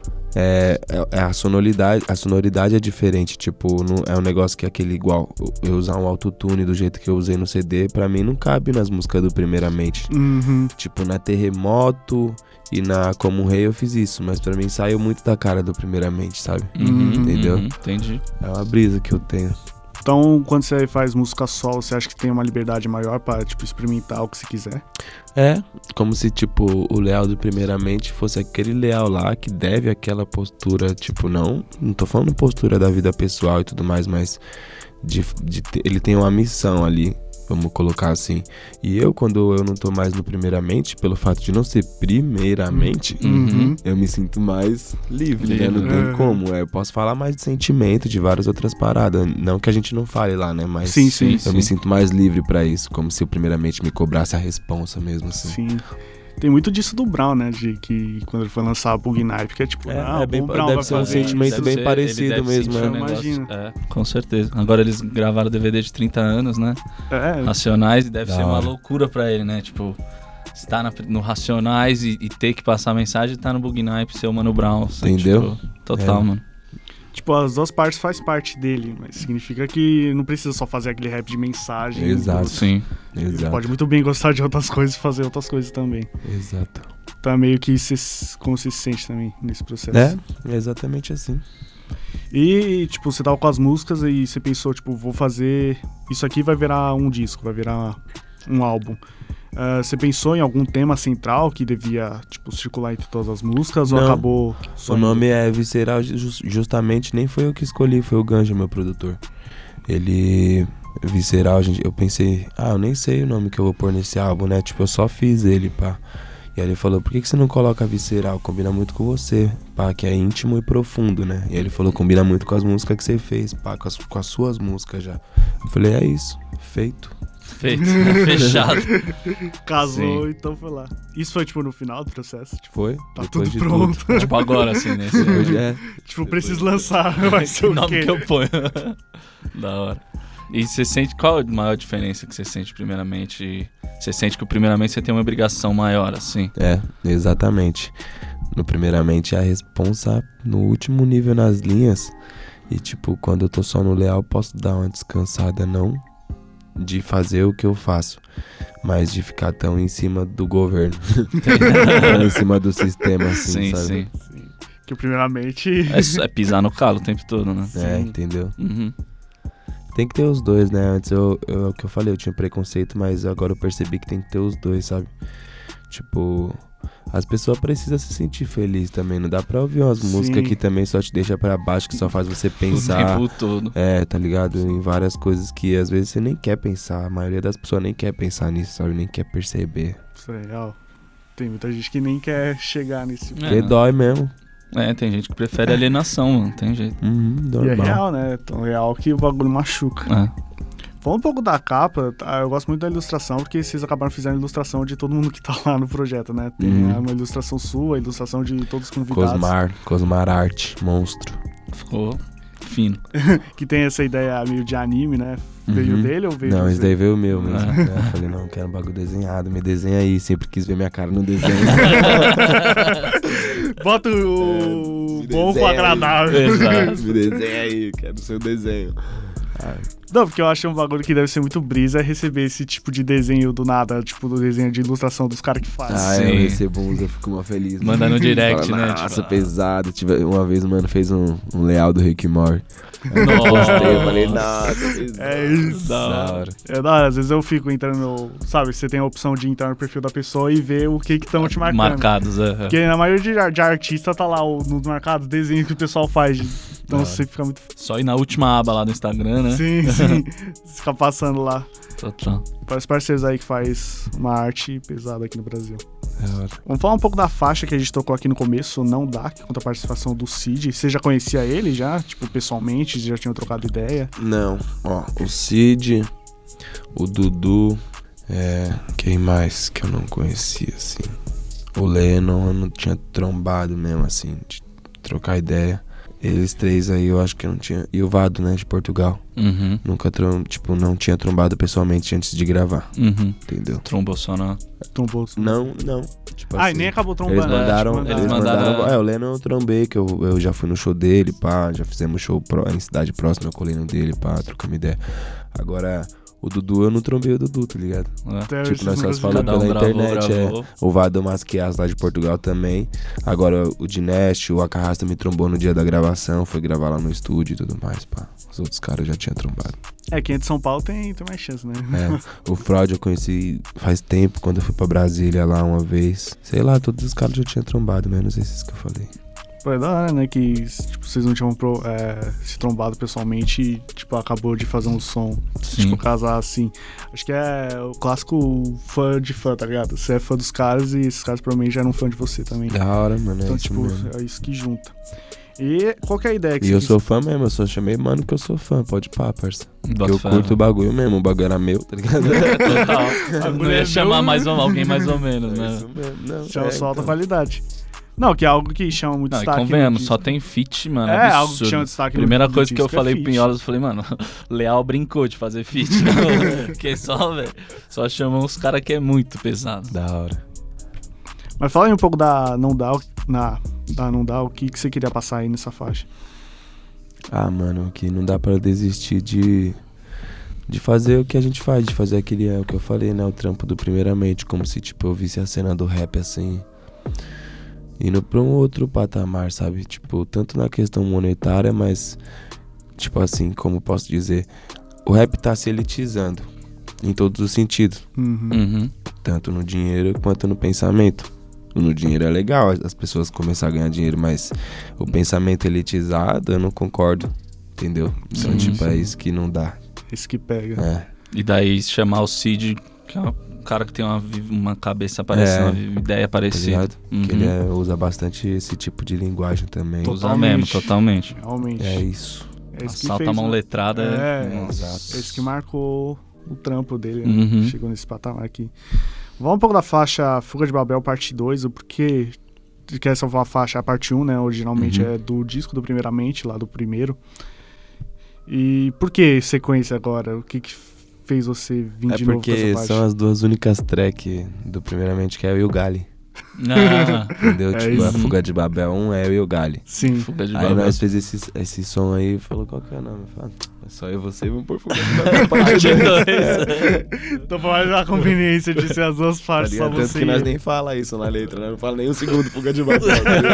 A sonoridade é diferente, tipo, não, é um negócio que é aquele igual, eu usar um autotune do jeito que eu usei no CD, pra mim não cabe nas músicas do Primeiramente. Tipo, na Terremoto e na Como um Rei eu fiz isso, mas pra mim saiu muito da cara do Primeiramente, sabe? Entendeu? Entendi. É uma brisa que eu tenho. Então, quando você faz música solo, você acha que tem uma liberdade maior pra, tipo, experimentar o que você quiser? É, como se, tipo, o Leal do Primeiramente fosse aquele Leal lá que deve aquela postura, tipo, não tô falando postura da vida pessoal e tudo mais, mas ele tem uma missão ali, Vamos colocar assim. E eu, quando eu não tô mais no primeiramente, pelo fato de não ser primeiramente, eu me sinto mais livre, né? Não tem como. Eu posso falar mais de sentimento, de várias outras paradas. Não que a gente não fale lá, né? Mas eu me sinto mais livre pra isso. Como se eu primeiramente me cobrasse a responsa mesmo, assim. Sim. Tem muito disso do Brown, né? De que quando ele foi lançar Bug Night, que é tipo, bem, Brown deve ser um sentimento bem parecido mesmo, né? Imagina. Com certeza. Agora eles gravaram DVD de 30 anos, né? Racionais, e deve ser uma loucura pra ele, né? Tipo, estar no Racionais e ter que passar a mensagem e tá no Bug Night, ser o Mano Brown. Entendeu? Tipo, total, mano. Tipo, as duas partes faz parte dele, mas significa que não precisa só fazer aquele rap de mensagem. Exato. Sim. Exato. Pode muito bem gostar de outras coisas e fazer outras coisas também. Exato. Tá meio que como você se sente também nesse processo. É exatamente assim. E, tipo, você tava com as músicas e você pensou, tipo, vou fazer... Isso aqui vai virar um disco, vai virar um álbum. Você pensou em algum tema central que devia, tipo, circular entre todas as músicas? Não. Ou acabou... O nome é Visceral, justamente nem foi eu que escolhi, foi o Ganja, meu produtor. Ele... Visceral, eu pensei, eu nem sei o nome que eu vou pôr nesse álbum, né? Tipo, eu só fiz ele, pá. E aí ele falou, por que você não coloca Visceral? Combina muito com você, pá, que é íntimo e profundo, né? E aí ele falou, combina muito com as músicas que você fez, pá, com as suas músicas já. Eu falei, é isso, feito. Fechado. Casou, Sim. então foi lá. Isso foi, tipo, no final do processo? Tipo, Foi? tá Depois tudo de pronto. tudo. Tipo, agora, assim, né? Tipo, preciso lançar, vai ser o o nome quê? que eu ponho. Da hora. E você sente, qual a maior diferença que você sente primeiramente? Você sente que o primeiramente você tem uma obrigação maior, assim? Exatamente. No primeiramente a responsa no último nível nas linhas. E tipo, quando eu tô só no leal, posso dar uma descansada, não de fazer o que eu faço, mas de ficar tão em cima do governo. Em cima do sistema, assim, sabe? Sim. Que primeiramente... É pisar no calo o tempo todo, né? Entendeu? Tem que ter os dois, né? Antes o que eu falei, eu tinha preconceito, mas agora eu percebi que tem que ter os dois, sabe? Tipo, as pessoas precisam se sentir felizes também. Não dá pra ouvir umas músicas que também só te deixa pra baixo, que só faz você pensar. O tempo todo. Tá ligado? Em várias coisas que às vezes você nem quer pensar. A maioria das pessoas nem quer pensar nisso, sabe? Nem quer perceber. Isso é real. Tem muita gente que nem quer chegar nesse... Porque dói mesmo. Tem gente que prefere alienação, mano. Tem jeito. E é real, né? Tão real que o bagulho machuca. Falando um pouco da capa, eu gosto muito da ilustração, porque vocês acabaram fazendo a ilustração de todo mundo que tá lá no projeto, né? Tem uma ilustração sua, a ilustração de todos os convidados. Cosmar Arte, monstro. Ficou fino. Que tem essa ideia meio de anime, né? Veio dele ou veio... Não, esse daí veio o meu mesmo. Eu falei, não, quero um bagulho desenhado, me desenha aí. Sempre quis ver minha cara no desenho. Bota o bom com o agradável. Exato. Me desenha aí, quero o seu desenho. Não, porque eu acho um bagulho que deve ser muito brisa receber esse tipo de desenho do nada, tipo do desenho de ilustração dos caras que fazem. Eu recebo uns, eu fico uma feliz. Manda no direct, fala, né? Nossa, pesado. Uma vez o mano fez um leal do Rick Mori. Nossa. Eu falei, nossa, pesado. É isso. Da hora. É da hora, às vezes eu fico entrando, sabe, você tem a opção de entrar no perfil da pessoa e ver o que estão te marcando. Marcados, Porque na maioria de artista tá lá nos marcados desenhos que o pessoal faz. Então você fica muito... Só ir na última aba lá do Instagram, né? Sim. Fica passando lá. Total. Para os parceiros aí que faz uma arte pesada aqui no Brasil. Vamos falar um pouco da faixa que a gente tocou aqui no começo, Não Dá, que conta a participação do Cid. Você já conhecia ele já? Tipo, pessoalmente? Já tinham trocado ideia? Não. O Cid, o Dudu, quem mais que eu não conhecia, assim? O Lennon, eu não tinha trombado mesmo, assim, de trocar ideia. Eles três aí eu acho que eu não tinha... E o Vado, né, de Portugal. Nunca, não tinha trombado pessoalmente antes de gravar. Entendeu? Trombou só na... Trombou. Não. Tipo E assim, nem acabou trombando. Eles mandaram. O Lennon eu trombei, que eu já fui no show dele, pá. Já fizemos show em cidade próxima, eu colei no dele, pá, trocamos ideia. Agora... O Dudu, eu não trombei o Dudu, tá ligado? Tipo, nós só falamos pela internet. O Vado Masquias lá de Portugal também. Agora o Dineste, o Acarrasta me trombou no dia da gravação. Foi gravar lá no estúdio e tudo mais, pá. Os outros caras já tinham trombado. Quem é de São Paulo tem mais chance, né? O Freud eu conheci faz tempo, quando eu fui pra Brasília lá uma vez. Sei lá, todos os caras já tinham trombado, menos esses que eu falei. Foi da hora, né? Que tipo, vocês não tinham se trombado pessoalmente e tipo, acabou de fazer um som, tipo, casar assim. Acho que é o clássico fã de fã, tá ligado? Você é fã dos caras e esses caras provavelmente já eram fã de você também. Da hora, mano. Então, é tipo, mesmo. é isso que junta. E qual que é a ideia que E eu sou fã mesmo, eu só chamei mano que eu sou fã, pode pá, parça. Porque eu curto o bagulho mesmo, o bagulho era meu, tá ligado? Total. Não ia chamar alguém mais ou menos, né? Isso mesmo, não. chama só alta qualidade. Não, que é algo que chama muito destaque. E convenhamos, só tem feat, mano. É, absurdo. algo que chama destaque. Primeira coisa que eu falei pro feat. Pinholas, eu falei, mano, Leal brincou de fazer feat. Porque só chamam os caras que é muito pesado. Da hora. Mas fala aí um pouco da Não Dá, o que você queria passar aí nessa faixa? Ah, mano, que não dá pra desistir de fazer o que a gente faz, de fazer aquele, o que eu falei, né, o trampo do primeiramente, como se, tipo, eu visse a cena do rap, assim, indo pra um outro patamar, sabe, tipo, tanto na questão monetária, mas, tipo assim, como posso dizer, o rap tá se elitizando, em todos os sentidos, tanto no dinheiro quanto no pensamento. No dinheiro é legal, as pessoas começam a ganhar dinheiro, mas o pensamento elitizado, eu não concordo, entendeu? Então, tipo, é isso que não dá. Isso que pega. É. E daí chamar o Cid, que é um cara que tem uma cabeça parecida, uma ideia parecida. Tá que ele usa bastante esse tipo de linguagem também. Usa mesmo, totalmente. Realmente. É isso. É isso que Assalta fez, a mão letrada. É isso que marcou o trampo dele, né? Chegou nesse patamar aqui. Vamos um pouco da faixa Fuga de Babel, parte 2, o porquê que essa foi a faixa, a parte 1, né? Originalmente é do disco do Primeiramente, lá do primeiro. E por que sequência agora? O que fez você vir de novo com essa faixa? É porque são as duas únicas tracks do Primeiramente, que é eu e o Gali. Entendeu? Tipo, a Fuga de Babel 1 é eu e o Gali. Sim. Fuga de Aí Babel. nós fez esse som aí e falou, qual que é o nome? Falei, é só eu e você, vamos pôr Fuga de Babel parte 2. Então pode dar a conveniência de ser as duas partes, só Tanto você. que nós nem fala isso na letra, né? Não fala nem um segundo Fuga de Babel.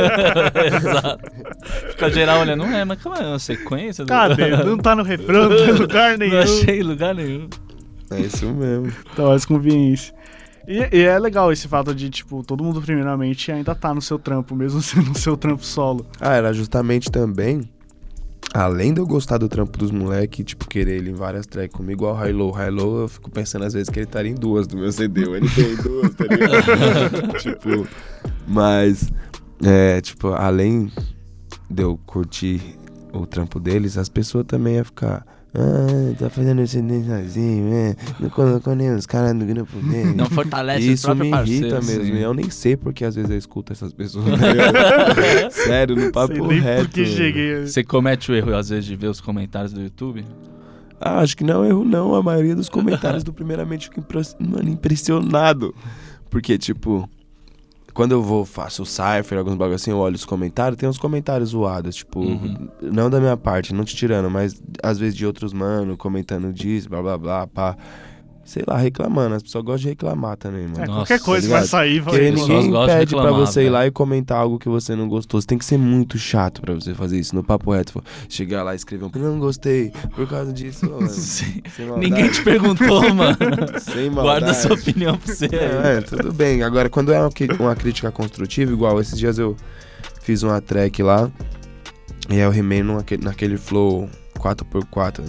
Exato. Fica geral olhando, não é, mas calma, é uma sequência? Cadê? Não tá no refrão, não tem lugar nenhum. Não achei lugar nenhum. É isso mesmo. Então, mais conveniência. E é legal esse fato de, tipo, todo mundo primeiramente ainda tá no seu trampo, mesmo sendo no seu trampo solo. Ah, era justamente também, além de eu gostar do trampo dos moleques, tipo, querer ele em várias tracks comigo, igual High-Low, eu fico pensando às vezes que ele estaria em duas do meu CD, ou ele tem duas, tá ligado? Tipo, mas, tipo, além de eu curtir o trampo deles, as pessoas também iam ficar... tá fazendo esse CD sozinho, não colocou nem os caras no grupo dele. Não fortalece o isso próprio me parceiro. irrita mesmo. Sim. E eu nem sei porque às vezes eu escuto essas pessoas. Né? Sério, no papo Sei nem reto. porque cheguei. Você comete o erro, às vezes, de ver os comentários do YouTube? Ah, acho que não é erro não. A maioria dos comentários do Primeiramente eu fico impressionado. Porque, tipo... Quando eu faço o cypher, alguns bagulho assim, eu olho os comentários, tem uns comentários zoados, tipo, não da minha parte, não te tirando, mas às vezes de outros mano, comentando disso, blá blá blá, pá. Sei lá, reclamando, as pessoas gostam de reclamar também, mano. Nossa, Qualquer coisa tá vai ligado? sair, Porque vai. pessoas ninguém gostam de pede pra reclamar, você ir velho. lá e comentar algo que você não gostou. Você tem que ser muito chato pra você fazer isso. No papo reto, chegar lá e escrever não gostei por causa disso. Mano. Sim. Sem maldade. Ninguém te perguntou, mano. Sem maldade. Guarda a sua opinião pra você. Tudo bem. Agora, quando é uma crítica construtiva, igual esses dias eu fiz uma track lá e aí eu rimei naquele flow 4x4,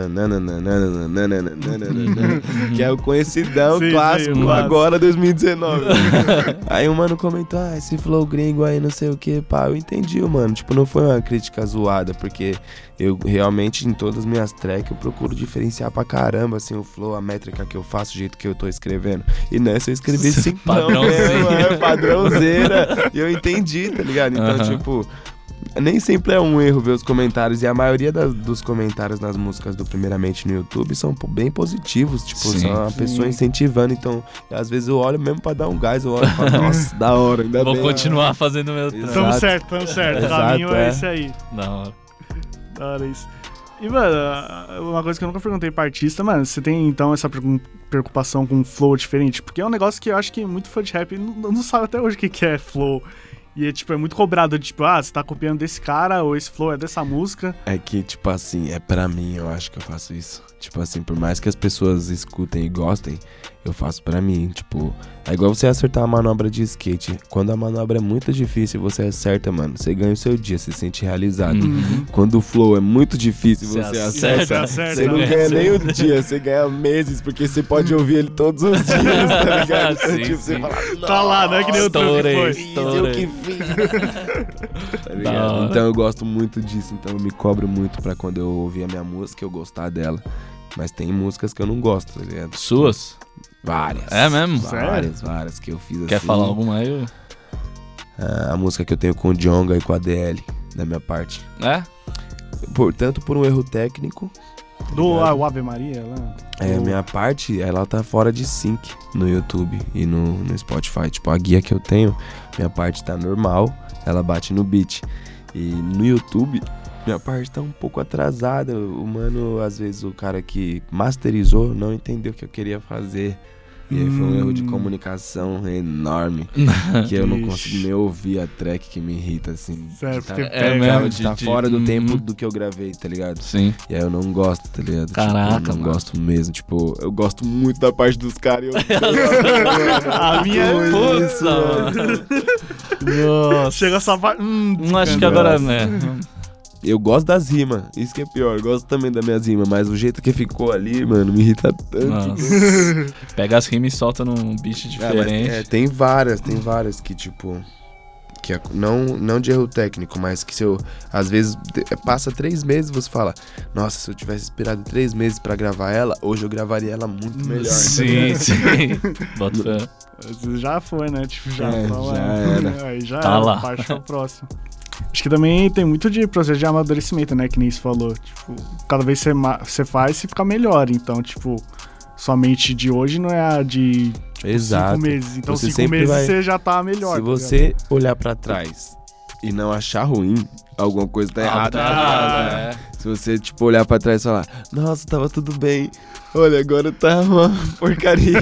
que é o conhecidão Sim, clássico, sim, agora 2019. Aí um mano comentou, esse flow gringo aí, não sei o que, pá, eu entendi, mano, tipo, não foi uma crítica zoada, porque eu realmente, em todas as minhas tracks, eu procuro diferenciar pra caramba, assim, o flow, a métrica que eu faço, o jeito que eu tô escrevendo, e nessa eu escrevi simplão mesmo, padrãozeira, e eu entendi, tá ligado? Então, tipo... Nem sempre é um erro ver os comentários. E a maioria dos comentários nas músicas do Primeiramente no YouTube são bem positivos. Tipo, são a pessoa incentivando. Então, às vezes eu olho mesmo pra dar um gás. Eu olho e falo, nossa, da hora, ainda bem. Vou continuar fazendo meu trampo. Tamo certo. O caminho é esse aí. Da hora. Da hora isso. E, mano, uma coisa que eu nunca perguntei pra artista, mano, você tem, então, essa preocupação com um flow diferente? Porque é um negócio que eu acho que muito fã de rap não sabe até hoje o que é flow. E é muito cobrado, tipo, você tá copiando desse cara, ou esse flow é dessa música. É que, tipo assim, é pra mim, eu acho que eu faço isso. Tipo assim, por mais que as pessoas escutem e gostem, eu faço pra mim. Tipo, é igual você acertar uma manobra de skate. Quando a manobra é muito difícil e você acerta, mano, você ganha o seu dia, você se sente realizado. Quando o flow é muito difícil e você acerta, você não ganha nem o dia, você ganha meses, porque você pode ouvir ele todos os dias, tá ligado? Então, tipo, você fala, tá lá, não é que nem o truque foi. Eu que fiz. Tá ligado? Então eu gosto muito disso, então eu me cobro muito pra quando eu ouvir a minha música eu gostar dela. Mas tem músicas que eu não gosto, tá ligado? Suas? Várias. É mesmo? Várias que eu fiz assim. Quer falar alguma aí? A música que eu tenho com o Djonga e com a DL, da minha parte. É? Tanto por um erro técnico. Do Ave Maria lá? A minha parte, ela tá fora de sync no YouTube e no Spotify. Tipo, a guia que eu tenho, minha parte tá normal, ela bate no beat. E no YouTube, minha parte tá um pouco atrasada. O mano, às vezes, o cara que masterizou não entendeu o que eu queria fazer. E aí foi um erro de comunicação enorme. Que eu não consigo nem ouvir a track, que me irrita, assim. Certo, tá, mesmo, tá fora do tempo do que eu gravei, tá ligado? Sim. E aí eu não gosto, tá ligado? Caraca, tipo, eu não mano. gosto mesmo. Tipo, eu gosto muito da parte dos caras. A minha é Puta, mano. Nossa. Chega essa parte. Acho que agora, né? Eu gosto das rimas, isso que é pior. Eu gosto também das minhas rimas, mas o jeito que ficou ali, mano, me irrita tanto. Nossa. Pega as rimas e solta num beat diferente. Tem várias que, tipo... Que não de erro técnico, mas que se eu... Às vezes, passa 3 meses e você fala... Nossa, se eu tivesse esperado 3 meses pra gravar ela, hoje eu gravaria ela muito melhor. Sim, sim. Bota fé. Já foi, né? Tipo, já É, tá lá. já era. Aí já Tá era, lá. parte pra próxima. Acho que também tem muito de processo de amadurecimento, né? Que nem você falou. Tipo, cada vez você faz, você fica melhor. Então, tipo, sua mente de hoje não é a de Exato. 5 meses. Então, Você 5 sempre meses vai- você já tá melhor. Se tá você ligado? olhar pra trás e não achar ruim, alguma coisa tá errada. É. Se você, tipo, olhar pra trás e falar, nossa, tava tudo bem, olha, agora tá uma porcaria.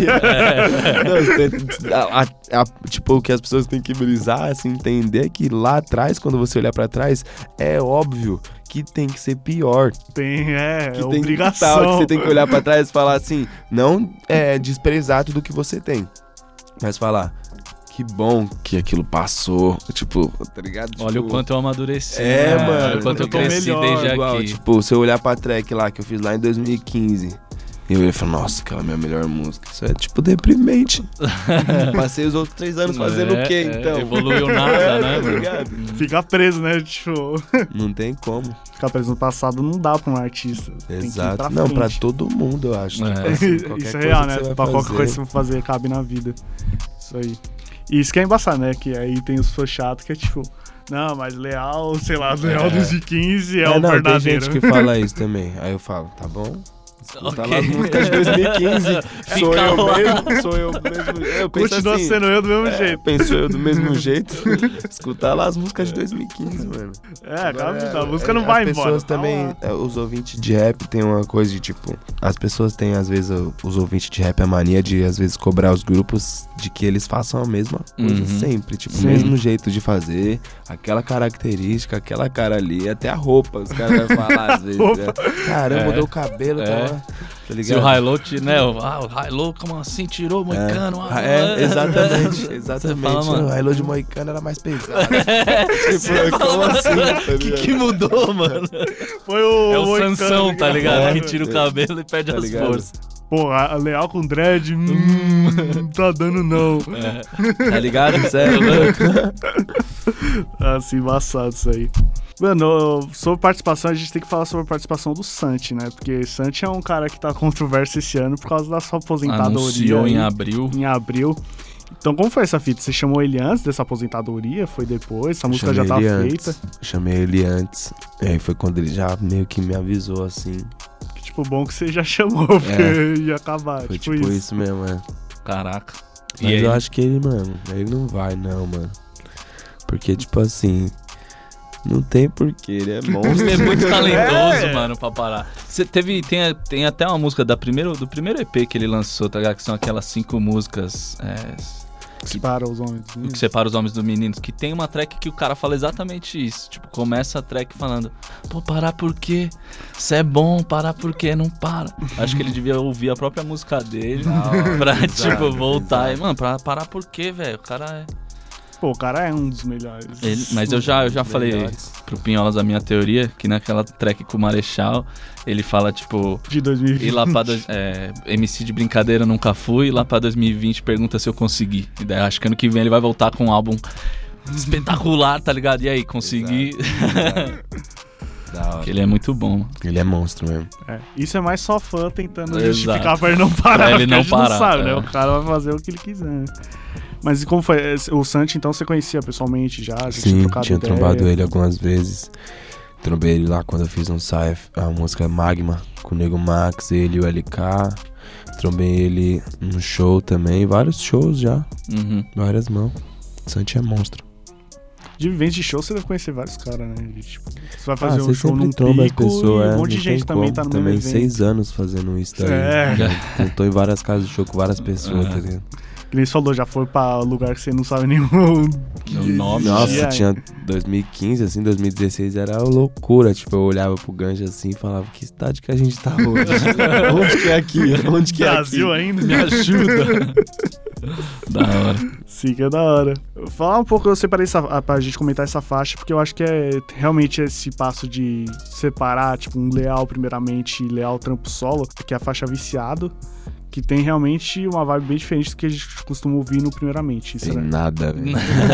Não, tipo, o que as pessoas têm que brisar, assim, entender é que lá atrás, quando você olhar pra trás, é óbvio que tem que ser pior. Tem, Que tem obrigação. que você tem que olhar pra trás e falar assim, não desprezar tudo que você tem, mas falar, que bom que aquilo passou, tipo, tá ligado? Olha Tipo, o quanto eu amadureci. É, né? mano. Olha o quanto eu eu tô cresci melhor, desde igual, aqui. tipo, se eu olhar pra track lá que eu fiz lá em 2015, eu ia falar, nossa, aquela é a minha melhor música. Isso é, tipo, deprimente. Passei os outros 3 anos fazendo o quê, então? Evoluiu nada, né, Tá mano? ligado? Fica preso, né? Tipo, Não tem como. ficar preso no passado não dá pra um artista. Tem que ir Exato. Não, pra frente. todo mundo, eu acho. É. Tipo assim, qualquer Isso é coisa real, que né? você vai Pra qualquer fazer. coisa que você for fazer, cabe na vida. Isso aí. E isso que é embaçado, né? Que aí tem os fãs chatos que é tipo, não, mas Leal, sei lá, Leal 2015 é o não, verdadeiro. tem gente que fala isso também. Aí eu falo, tá bom? Escuta Ok. lá as músicas de 2015. Sou Fica eu lá. mesmo, sou eu mesmo. Eu penso Continua assim, sendo eu do mesmo jeito. Penso eu do mesmo jeito. Escutar lá as músicas de 2015, mano. A música não vai as embora. pessoas tá também, lá. os ouvintes de rap tem uma coisa de tipo, as pessoas têm às vezes, os ouvintes de rap a mania de às vezes cobrar os grupos de que eles façam a mesma coisa sempre, tipo, o mesmo jeito de fazer, aquela característica, aquela cara ali, até a roupa, os caras vão falar às vezes, né? Caramba, mudou o cabelo, tá ligado? Se o Hilo, né? O Hilo, como assim? Tirou o Moicano? Exatamente, Você fala, mano. o Hilo de Moicano era mais pesado. Tipo, como assim? Tá ligado? que mudou, mano? Foi o É o Moicano, Sansão, tá ligado? É. Que tira o cabelo e perde Tá as ligado? forças. Pô, a Leal com dread, não tá dando não. Tá ligado? Sério, Assim, embaçado isso aí. Mano, sobre participação, a gente tem que falar sobre a participação do Santi, né? Porque Santi é um cara que tá controverso esse ano por causa da sua aposentadoria. Anunciou aí, em abril. Em abril. Então, como foi essa fita? Você chamou ele antes dessa aposentadoria? Foi depois? Essa música já tava feita? Chamei ele antes. E aí foi quando ele já meio que me avisou assim. Que, tipo, bom que você já chamou, porque ia acabar. Foi tipo tipo isso mesmo, Caraca. Mas E aí? eu acho que ele, mano, ele não vai não, mano. Porque, tipo assim, não tem porquê, ele é monstro. Ele é muito talentoso, mano, pra parar. Você tem até uma música do primeiro EP que ele lançou, tá ligado? Que são aquelas 5 músicas Que separa os homens dos meninos. Que separa os homens dos meninos. Que tem uma track que o cara fala exatamente isso. Tipo, começa a track falando: pô, parar por quê? Cê é bom, parar por quê? Não para. Acho que ele devia ouvir a própria música dele pra, tipo, voltar. E, mano, pra parar por quê, velho? O cara é... Pô, o cara é um dos melhores. Mas eu já falei pro Pinholas a minha teoria, que naquela track com o Marechal, ele fala, tipo... De 2020. Ir lá pra... MC de brincadeira nunca fui, e lá pra 2020 pergunta se eu consegui. E daí acho que ano que vem ele vai voltar com um álbum espetacular, tá ligado? E aí, consegui... Da hora. Porque ele é muito bom. Ele é monstro mesmo. Isso é mais só fã tentando Exato. justificar pra ele não parar. Pra ele não parar, não sabe, né? O cara vai fazer o que ele quiser. Mas e como foi? O Santi, então, você conhecia pessoalmente já? Sim, tinha trombado ele algumas vezes. Trombei ele lá quando eu fiz um ensaio, a música Magma, com o Nego Max, ele e o LK. Trombei ele no show também, vários shows já. Várias mãos. O Santi é monstro. De vivência de show, você deve conhecer vários caras, né? Tipo, você vai fazer um você show num tromba pico pessoa, e um monte de gente também tá no também mesmo evento. 6 anos fazendo isso daí. Eu tô em várias casas de show com várias pessoas, tá ligado? Que nem você falou, já foi pra lugar que você não sabe nenhum nome. Nossa, tinha 2015, assim, 2016 era loucura. Tipo, eu olhava pro Ganja assim e falava: que cidade que a gente tá hoje? Onde que é aqui? Onde que é aqui? Brasil ainda? Me ajuda. Da hora. Sim, que é da hora. Falar um pouco, eu separei pra gente comentar essa faixa, porque eu acho que é realmente esse passo de separar, tipo, um Leal primeiramente e Leal trampo solo, que é a faixa Viciado, que tem realmente uma vibe bem diferente do que a gente costuma ouvir no primeiramente. Isso, Tem né? nada, velho.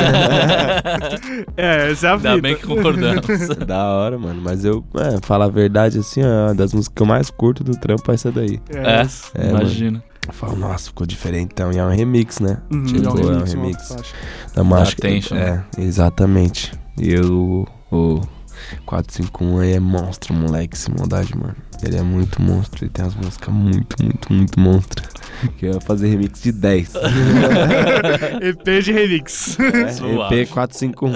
Essa é a vida. Ainda bem que concordamos. Da hora, mano. Mas eu, falar a verdade, assim, uma das músicas que eu mais curto do trampo é essa daí. Imagina. Eu falo: nossa, ficou diferente. Então, e é um remix, né? É um remix. Da Mágica. Attention. Exatamente. E o 451 aí é monstro, moleque, sem maldade, mano. Ele é muito monstro, ele tem umas músicas muito monstro. Que eu ia fazer remix de 10. EP de remix. EP 451.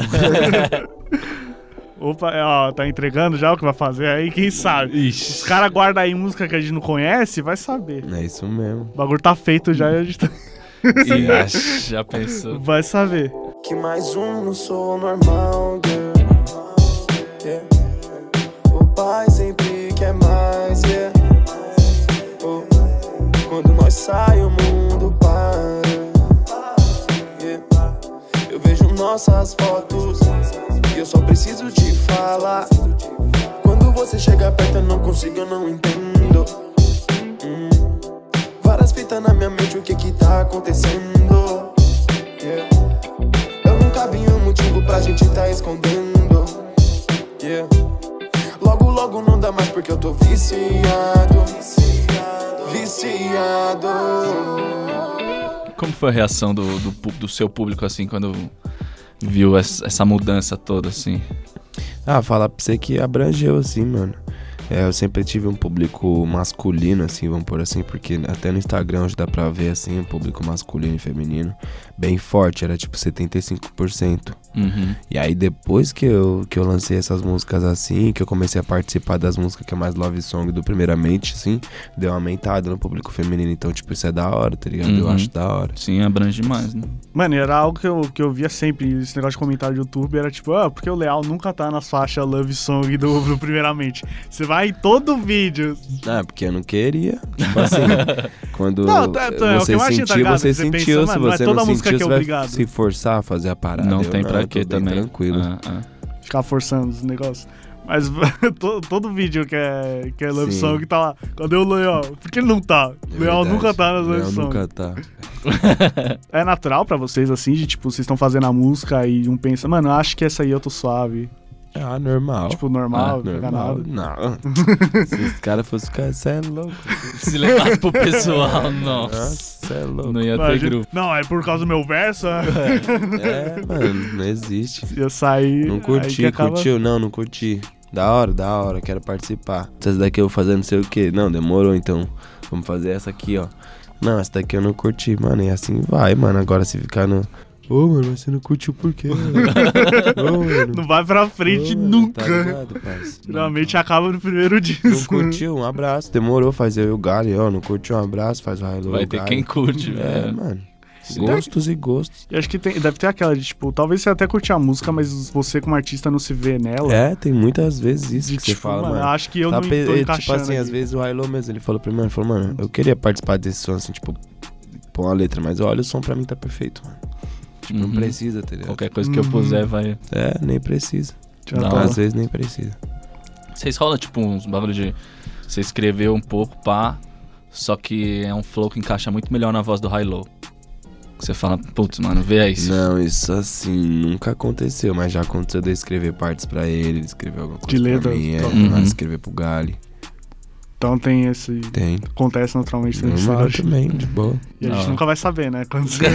Opa, ó, tá entregando já o que vai fazer aí, quem sabe? Ixi. Os caras guardam aí música que a gente não conhece, vai saber. É isso mesmo. O bagulho tá feito já e a gente tá... Ixi, já pensou. Vai saber. Que mais um não sou normal, yeah. O pai sempre quer mais, yeah. Oh, quando nós sai o mundo para, yeah. Eu vejo nossas fotos e eu só preciso te falar. Quando você chega perto eu não consigo, eu não entendo. Várias fitas na minha mente, o que tá acontecendo, yeah. Eu nunca vi um motivo pra gente tá escondendo, yeah. Logo não dá mais porque eu tô viciado. Como foi a reação do seu público, assim, quando viu essa mudança toda, assim? Falar pra você que abrangeu, assim, mano. Eu sempre tive um público masculino, assim, vamos por assim, porque até no Instagram já dá pra ver, assim, um público masculino e feminino bem forte, era tipo 75%. E aí depois que eu lancei essas músicas assim, que eu comecei a participar das músicas que é mais love song do primeiramente, assim, deu uma aumentada no público feminino, então tipo, isso é da hora, tá ligado? Eu acho da hora. Sim, abrange mais, né? Mano, era algo que eu via sempre, esse negócio de comentário do YouTube, era tipo, porque o Leal nunca tá nas faixas love song do primeiramente. Você vai em todo vídeo. Porque eu não queria. Tipo assim, quando você sentiu, você sentiu. Se você não sentiu, você vai se forçar a fazer a parada. Não tem pra quê também. Tranquilo. Ficar forçando os negócios. Mas todo vídeo que é love song tá lá. Cadê o Leal? Por que ele não tá? O Leal nunca tá nas love song. Nunca tá. É natural pra vocês, assim, de tipo, vocês estão fazendo a música e um pensa, mano, eu acho que essa aí eu tô suave. Normal. Tipo, normal, normal. Não. Se os caras fossem ficar, você é louco. Se levasse pro pessoal, nossa. Você é louco. Não ia ter grupo. Não, é por causa do meu verso. Mano, não existe. Eu saí. Não curti, curtiu? Não curti. Da hora, quero participar. Essa daqui eu vou fazer não sei o que. Não, demorou, então vamos fazer essa aqui, ó. Não, essa daqui eu não curti, mano. E assim vai, mano. Agora se ficar no... mano, mas você não curtiu por quê? Mano. Não vai pra frente nunca. Tá ligado, parceiro? Geralmente acaba no primeiro disco. Não curtiu? Um abraço. Demorou, faz eu e o Gary, ó. Não curtiu? Um abraço, faz o Hello. Vai ter quem curte, velho. Mano. Gostos e gostos. E acho que deve ter aquela de, tipo, talvez você até curte a música, mas você como artista não se vê nela. É, tem muitas vezes isso De, que você tipo, fala, mano. acho que eu Tá não tô encaixando tipo assim, aqui. às vezes o Hilo mesmo, ele falou pra mim, mano, eu queria participar desse som, assim, tipo, pôr uma letra, mas olha, o som pra mim tá perfeito, mano. Tipo, não precisa, tá ligado? Qualquer coisa que eu puser vai... É, nem precisa. Não. Às vezes nem precisa. Vocês rolam, tipo, uns bagulho de... Você escreveu um pouco, pá, só que é um flow que encaixa muito melhor na voz do Hilo. Você fala, putz, mano, vê aí. Não, isso assim, nunca aconteceu, mas já aconteceu de eu escrever partes pra ele escrever alguma coisa De letra, pra mim, escrever pro Gali. Então tem esse... Tem. Acontece naturalmente. Normal também, de boa. E a gente nunca vai saber, né? Quando você...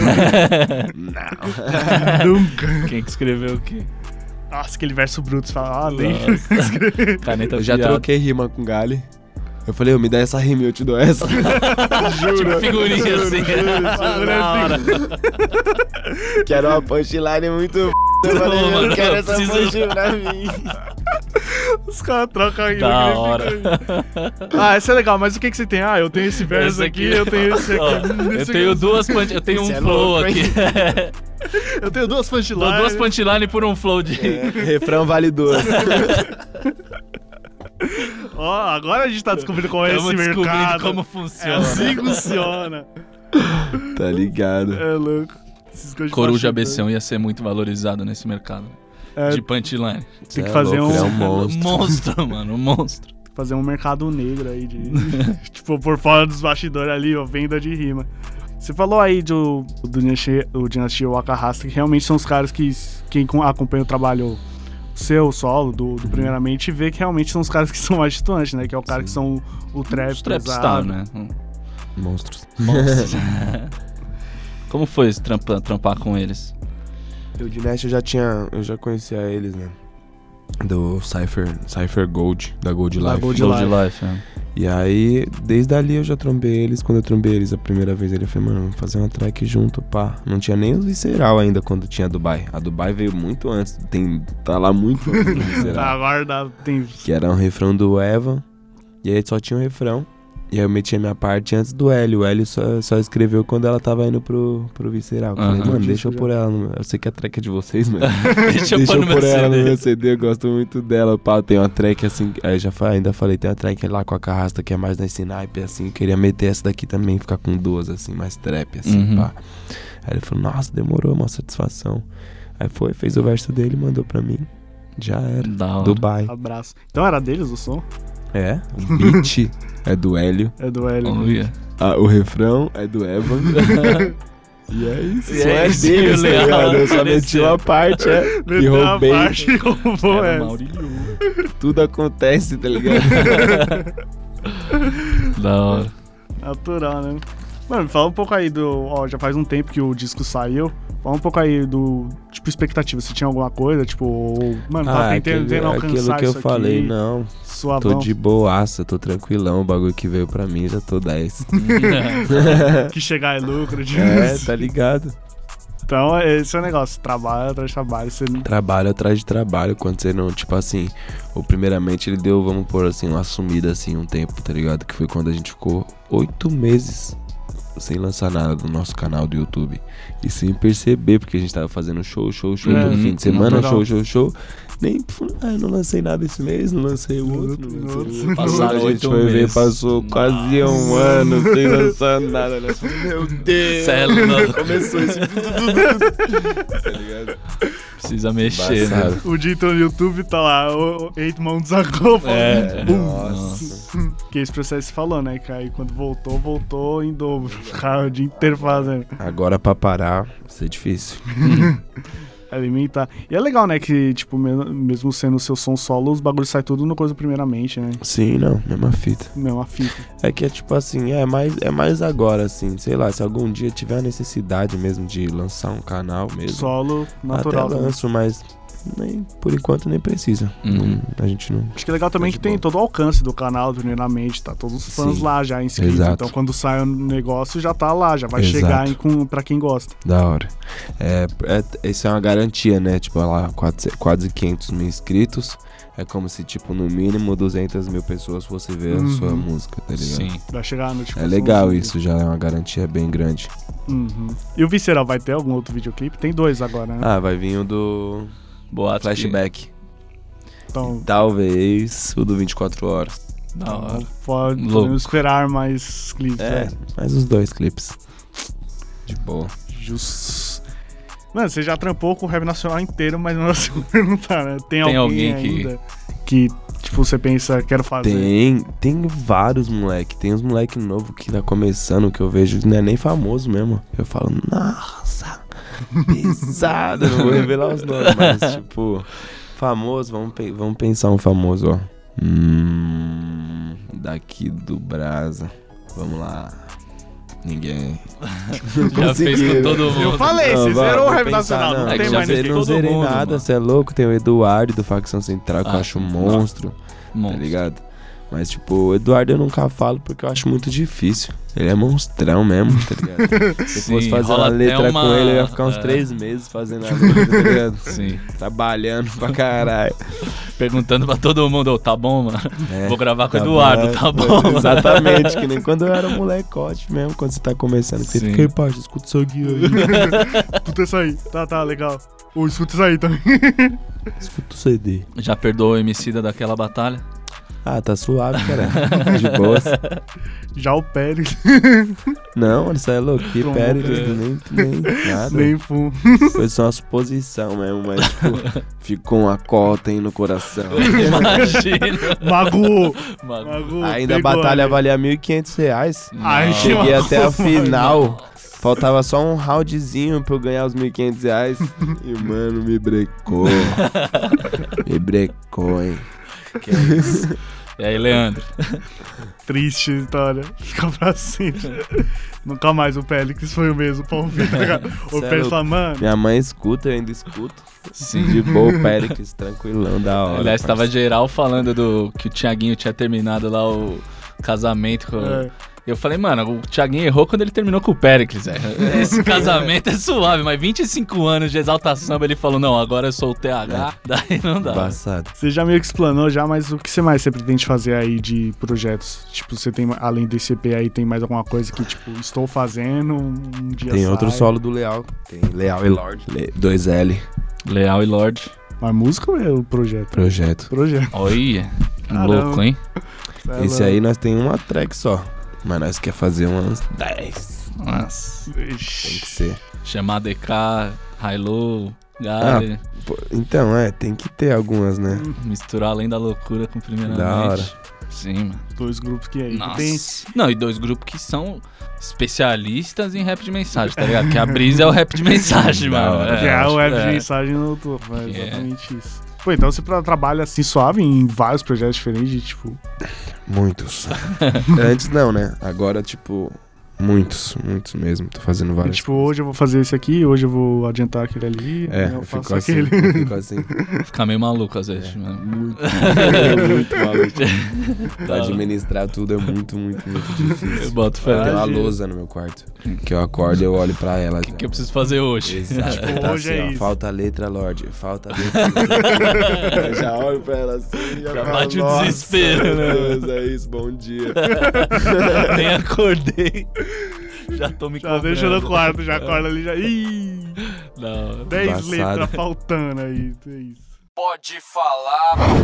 Não. Nunca. Quem que escreveu o quê? Nossa, aquele verso bruto. Você fala, nem... Caneta Eu já afiada. troquei rima com o Gali. Eu falei, me dá essa rima e eu te dou essa. Tipo, figurinha assim. Da hora. Que era uma punchline muito Eu falei, mano, eu quero essa preciso- punch pra mim. Os caras trocam aí. Da hora. Essa é legal, mas o que você tem? Eu tenho esse verso Esse aqui, aqui. eu tenho esse aqui. Ó, eu tenho duas eu tenho um Esse é flow louco, aqui. Eu tenho duas Dou punchlines. duas punchline por um flow de... Refrão vale duas. Ó, agora a gente tá descobrindo como é Estamos esse descobrindo mercado. como É funciona. assim que funciona. Tá ligado. É louco. Esses coisas de Coruja bastidor. Abecão ia ser muito valorizado nesse mercado. É, De punchline. Cê que é fazer louco, um- ele é um monstro. Monstro, mano, um monstro. fazer um mercado negro aí de... tipo, por fora dos bastidores ali, ó, venda de rima. Você falou aí do Dinastia Wakahasta, que realmente são os caras que quem acompanha o trabalho seu, solo, do primeiramente, vê que realmente são os caras que são mais distantes, né? Que é o cara que são o trap Os trapstar, né? Monstros. Monstros. Como foi esse trampar com eles? O Dinastia eu já conhecia eles, né? Do Cypher Gold, da Gold Da Life. Gold Gold Life. Life, é. E aí, desde ali eu já trombei eles. Quando eu trombei eles a primeira vez, ele falou, mano, vamos fazer uma track junto, pá. Não tinha nem o Visceral ainda quando tinha a Dubai. A Dubai veio muito antes, tá lá muito antes do Visceral. Agora tem... Que era um refrão do Evan, e aí só tinha um refrão. E aí eu meti a minha parte antes do Hélio. O Hélio só escreveu quando ela tava indo pro Visceral. Eu falei, mano, deixa eu pôr ela no... Eu sei que a track é de vocês, mano. Deixa eu Deixa pôr eu no meu pôr ela no CD. meu CD, eu gosto muito dela, pá. Tem uma track assim, aí ainda falei, tem uma track lá com a Carrasta que é mais nesse naipe, assim. Queria meter essa daqui também, ficar com duas, assim, mais trap, assim, pá. Aí ele falou, nossa, demorou, uma satisfação. Aí fez o verso dele e mandou pra mim. Já era. Da hora. Dubai. Abraço. Então era deles o som? É, o beat é do Hélio. É do Hélio. Olha. O refrão é do Evan. E é isso. E Só é é isso, deles, tá Leal ligado? Eu só apareceu. meti uma parte, e Meteu a roubei. parte e roubou Era essa. Maurílio. Tudo acontece, tá ligado? Da hora. Natural, né? Mano, fala um pouco aí do... Ó, já faz um tempo que o disco saiu. Fala um pouco aí do... Tipo, expectativa. Se tinha alguma coisa, tipo... Mano, tá tentando alcançar aquilo que eu isso falei, aqui. não. Suavão. Tô de boaça, tô tranquilão. O bagulho que veio pra mim, já tô 10. Que chegar é lucro. De... É, tá ligado? Então, esse é o negócio. Trabalho atrás de trabalho. Você... Trabalho atrás de trabalho, quando você não, tipo assim, primeiramente ele deu, vamos pôr assim, uma sumida assim, um tempo, tá ligado? Que foi quando a gente ficou 8 meses sem lançar nada no nosso canal do YouTube. E sem perceber, porque a gente tava fazendo show todo fim de semana, natural. show. Nem, eu não lancei nada esse mês, não lancei o outro, não lancei o outro. Passaram A gente 8 foi ver, meses. passou quase um ano sem lançar nada, né? Meu Deus! Cê é louco. Começou esse... tá ligado? Precisa mexer, né? Embaçado. O dia então no YouTube tá lá, o 8 Months Ago, falando, bum. Nossa. Que esse processo falou, né? Que aí quando voltou em dobro. Ficava o dia inteiro fazendo. Agora pra parar, vai ser difícil. Alimentar. E é legal, né? Que, tipo, mesmo sendo o seu som solo, os bagulhos saem tudo no coisa primeiramente, né? Sim, não, mesma fita. Mesma fita. É que é tipo assim, é mais agora, assim, sei lá, se algum dia tiver a necessidade mesmo de lançar um canal mesmo, Solo natural. até lanço, mas nem, por enquanto nem precisa. Uhum. A gente não... Acho que é legal também Tá que de tem boa. todo o alcance do canal, primeiramente, tá todos os fãs Sim. lá já inscritos. Exato. Então quando sai o negócio já tá lá, já vai Exato. chegar pra quem gosta. Da hora. Isso é uma garantia garantia, né? Tipo, lá, quase 500 mil inscritos. É como se, tipo, no mínimo 200 mil pessoas fossem ver a sua música, tá ligado? Sim. Vai chegar a notificação. É legal isso, já é uma garantia bem grande. E o Visceral vai ter algum outro videoclipe? Tem 2 agora, né? Ah, vai vir o do Flashback. Então, Talvez o do 24 horas. Da hora. podemos esperar mais clipes. É, mais os 2 clipes. De boa. Justo. Mano, você já trampou com o rap nacional inteiro, mas não sei perguntar, né? Tem alguém ainda que, tipo, você pensa, quero fazer? Tem vários moleque. Tem uns moleque novo que tá começando, que eu vejo, não é nem famoso mesmo. Eu falo, nossa, pesado. Não vou revelar os nomes, mas, tipo, famoso, vamos pensar um famoso, ó. Daqui do Brasa. Vamos lá. Ninguém. Já fez com todo mundo. Eu falei, você zerou o rap nacional, não tem mais ninguém. Não zerei mundo, nada, você é louco. Tem o Eduardo do Facção Central, que eu acho um monstro, tá ligado? Mas, tipo, o Eduardo eu nunca falo porque eu acho muito difícil. Ele é monstrão mesmo, tá ligado? Se fosse fazer uma letra com ele, eu ia ficar uns 3 meses fazendo a letra, tá ligado? Sim. Trabalhando pra caralho. Perguntando pra todo mundo, tá bom, mano? Vou gravar com o Eduardo, tá bom? Exatamente, que nem quando eu era molecote mesmo, quando você tá começando. Você fica, ei, parça, escuta isso aqui aí. Escuta isso aí, tá, legal. Ou escuta isso aí também. Escuta o CD. Já perdoou o Emicida daquela batalha? Ah, tá suave, cara. De boas. Já o Pérez. Não, isso é louco. Que Pérez, nem nada. Nem fumo. Foi só uma suposição mesmo, mas tipo, ficou uma cota aí no coração. Imagina. Magoou. Ainda a batalha valia R$1.500. Ai, cheguei até a final. Faltava só um roundzinho pra eu ganhar os R$1.500. E o mano me brecou. Me brecou, hein. Que é isso? E aí, Leandro? Triste história. Fica pra sempre. Nunca mais o Pélix foi o mesmo pra ouvir, tá ligado? O Pélix fala, mano. Minha mãe escuta, eu ainda escuto. Sim. De boa, o Pélix, tranquilão, da hora. Aliás, tava geral falando que o Thiaguinho tinha terminado lá o casamento com... Eu falei, mano, o Thiaguinho errou quando ele terminou com o Péricles, Esse casamento é suave, mas 25 anos de Exalta Samba, ele falou, não, agora eu sou o TH, daí não dá. Embaçado. Você já meio que explanou já, mas o que você mais pretende fazer aí de projetos? Tipo, você tem, além desse EP aí, tem mais alguma coisa que, tipo, estou fazendo, um dia tem sai. Outro solo do Leal. Tem Leal e Lorde. 2L. Leal e Lorde. A música ou é o projeto? Projeto. Olha, louco, hein? Esse aí nós tem uma track só. Mas nós quer fazer umas 10. Nossa. Tem que ser. Chamar DK, Hilo, Gary. Então, tem que ter algumas, né? Misturar além da loucura com primeiramente. Da hora. Sim, mano. 2 grupos que aí. Nossa. Tem... Não, e 2 grupos que são especialistas em rap de mensagem, tá ligado? Que a Brisa é o rap de mensagem, mano. O rap de mensagem no topo, é exatamente isso. Pô, então você trabalha assim suave em vários projetos diferentes, tipo... Muitos. Antes não, né? Agora, tipo, muitos mesmo. Tô fazendo vários. Tipo, hoje eu vou fazer esse aqui, hoje eu vou adiantar aquele ali, eu faço assim, aquele. Eu fico assim. Ficar meio maluco às vezes, mano. Muito maluco. Pra administrar tudo é muito difícil. Eu boto fé. Eu tenho uma lousa no meu quarto. Que eu acordo e eu olho pra ela. O que eu preciso fazer hoje? Exato. Tipo, tá hoje assim, é isso. Falta a letra, Lorde. Falta a letra. Eu já olho pra ela assim. Já bate o desespero, né? Meu Deus, é isso, bom dia. Nem acordei. Já tô me Já deixa no quarto, já acorda ali, já... Ih! Não. 10 letras faltando aí, é isso. Pode falar.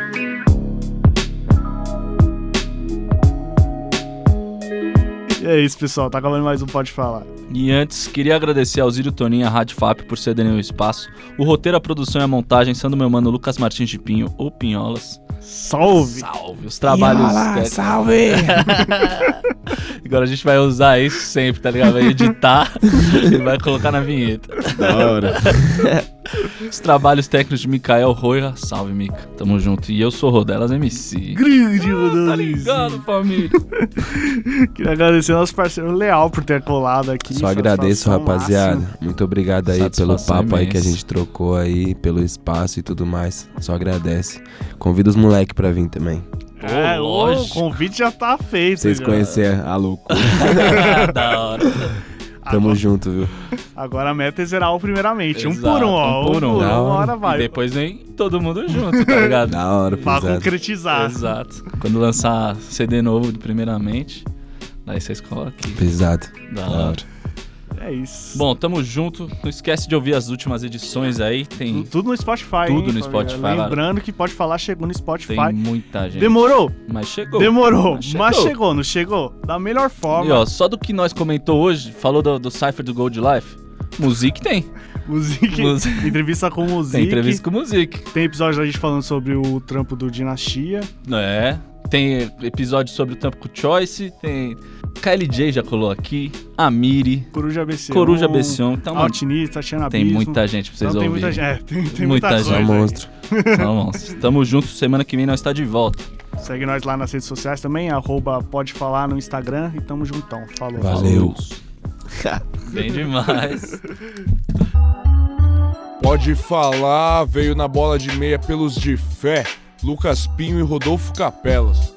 E é isso, pessoal, tá acabando mais um Pode Falar. E antes, queria agradecer ao Zírio Toninho e à Rádio FAP por cederem o espaço. O roteiro, a produção e a montagem são do meu mano Lucas Martins de Pinho, ou Pinholas. Salve! Salve! Os trabalhos... Salve! Agora a gente vai usar isso sempre, tá ligado? Vai editar e vai colocar na vinheta. Da hora. Os trabalhos técnicos de Mikael Roira. Salve, Mika. Tamo junto. E eu sou Rodelas MC. Grande Rodelas Tá ligado, família? Queria agradecer ao nosso parceiro Leal por ter colado aqui. Só agradeço, rapaziada. Máxima. Muito obrigado aí pelo papo aí que a gente trocou aí, pelo espaço e tudo mais. Só agradece. Convido os moleques pra vir também. O convite já tá feito. Vocês conhecerem a loucura. Da hora. Tamo junto, viu? Agora a meta é zerar o primeiramente. Exato, Um por um, ó. um por um. Uma hora vai. E depois vem todo mundo junto, tá ligado? Da hora, Pra pesado. concretizar. Exato. Quando lançar CD novo primeiramente, daí vocês colocam aqui. Pesado. Da hora. É isso. Bom, tamo junto. Não esquece de ouvir as últimas edições aí. Tem Tudo no Spotify. Tudo hein, no família? Spotify, lá. Lembrando que Pode Falar chegou no Spotify. Tem muita gente. Demorou? Mas chegou. Demorou. Mas Mas chegou, não chegou? Da melhor forma. E ó, só do que nós comentou hoje, falou do Cypher do Gold Life, Music tem. Music. Entrevista com o Music. Tem entrevista com o Music. Tem episódio da gente falando sobre o trampo do Dinastia. É. Tem episódio sobre o trampo com o Choice. Tem KLJ já colou aqui. Amiri. Coruja BC. Coruja Bession. Então, mano, Altinista, Tatiana tem Abismo. muita gente pra vocês Então, ouvirem. tem Muita muita gente. coisa. Só monstro. Só monstro. Tamo junto. Semana que vem nós tá de volta. Segue nós lá nas redes sociais também, @Pode Falar no Instagram e tamo juntão. Falou. Valeu. Bem demais. Pode Falar, veio na bola de meia pelos de fé, Lucas Pinho e Rodolfo Capelas.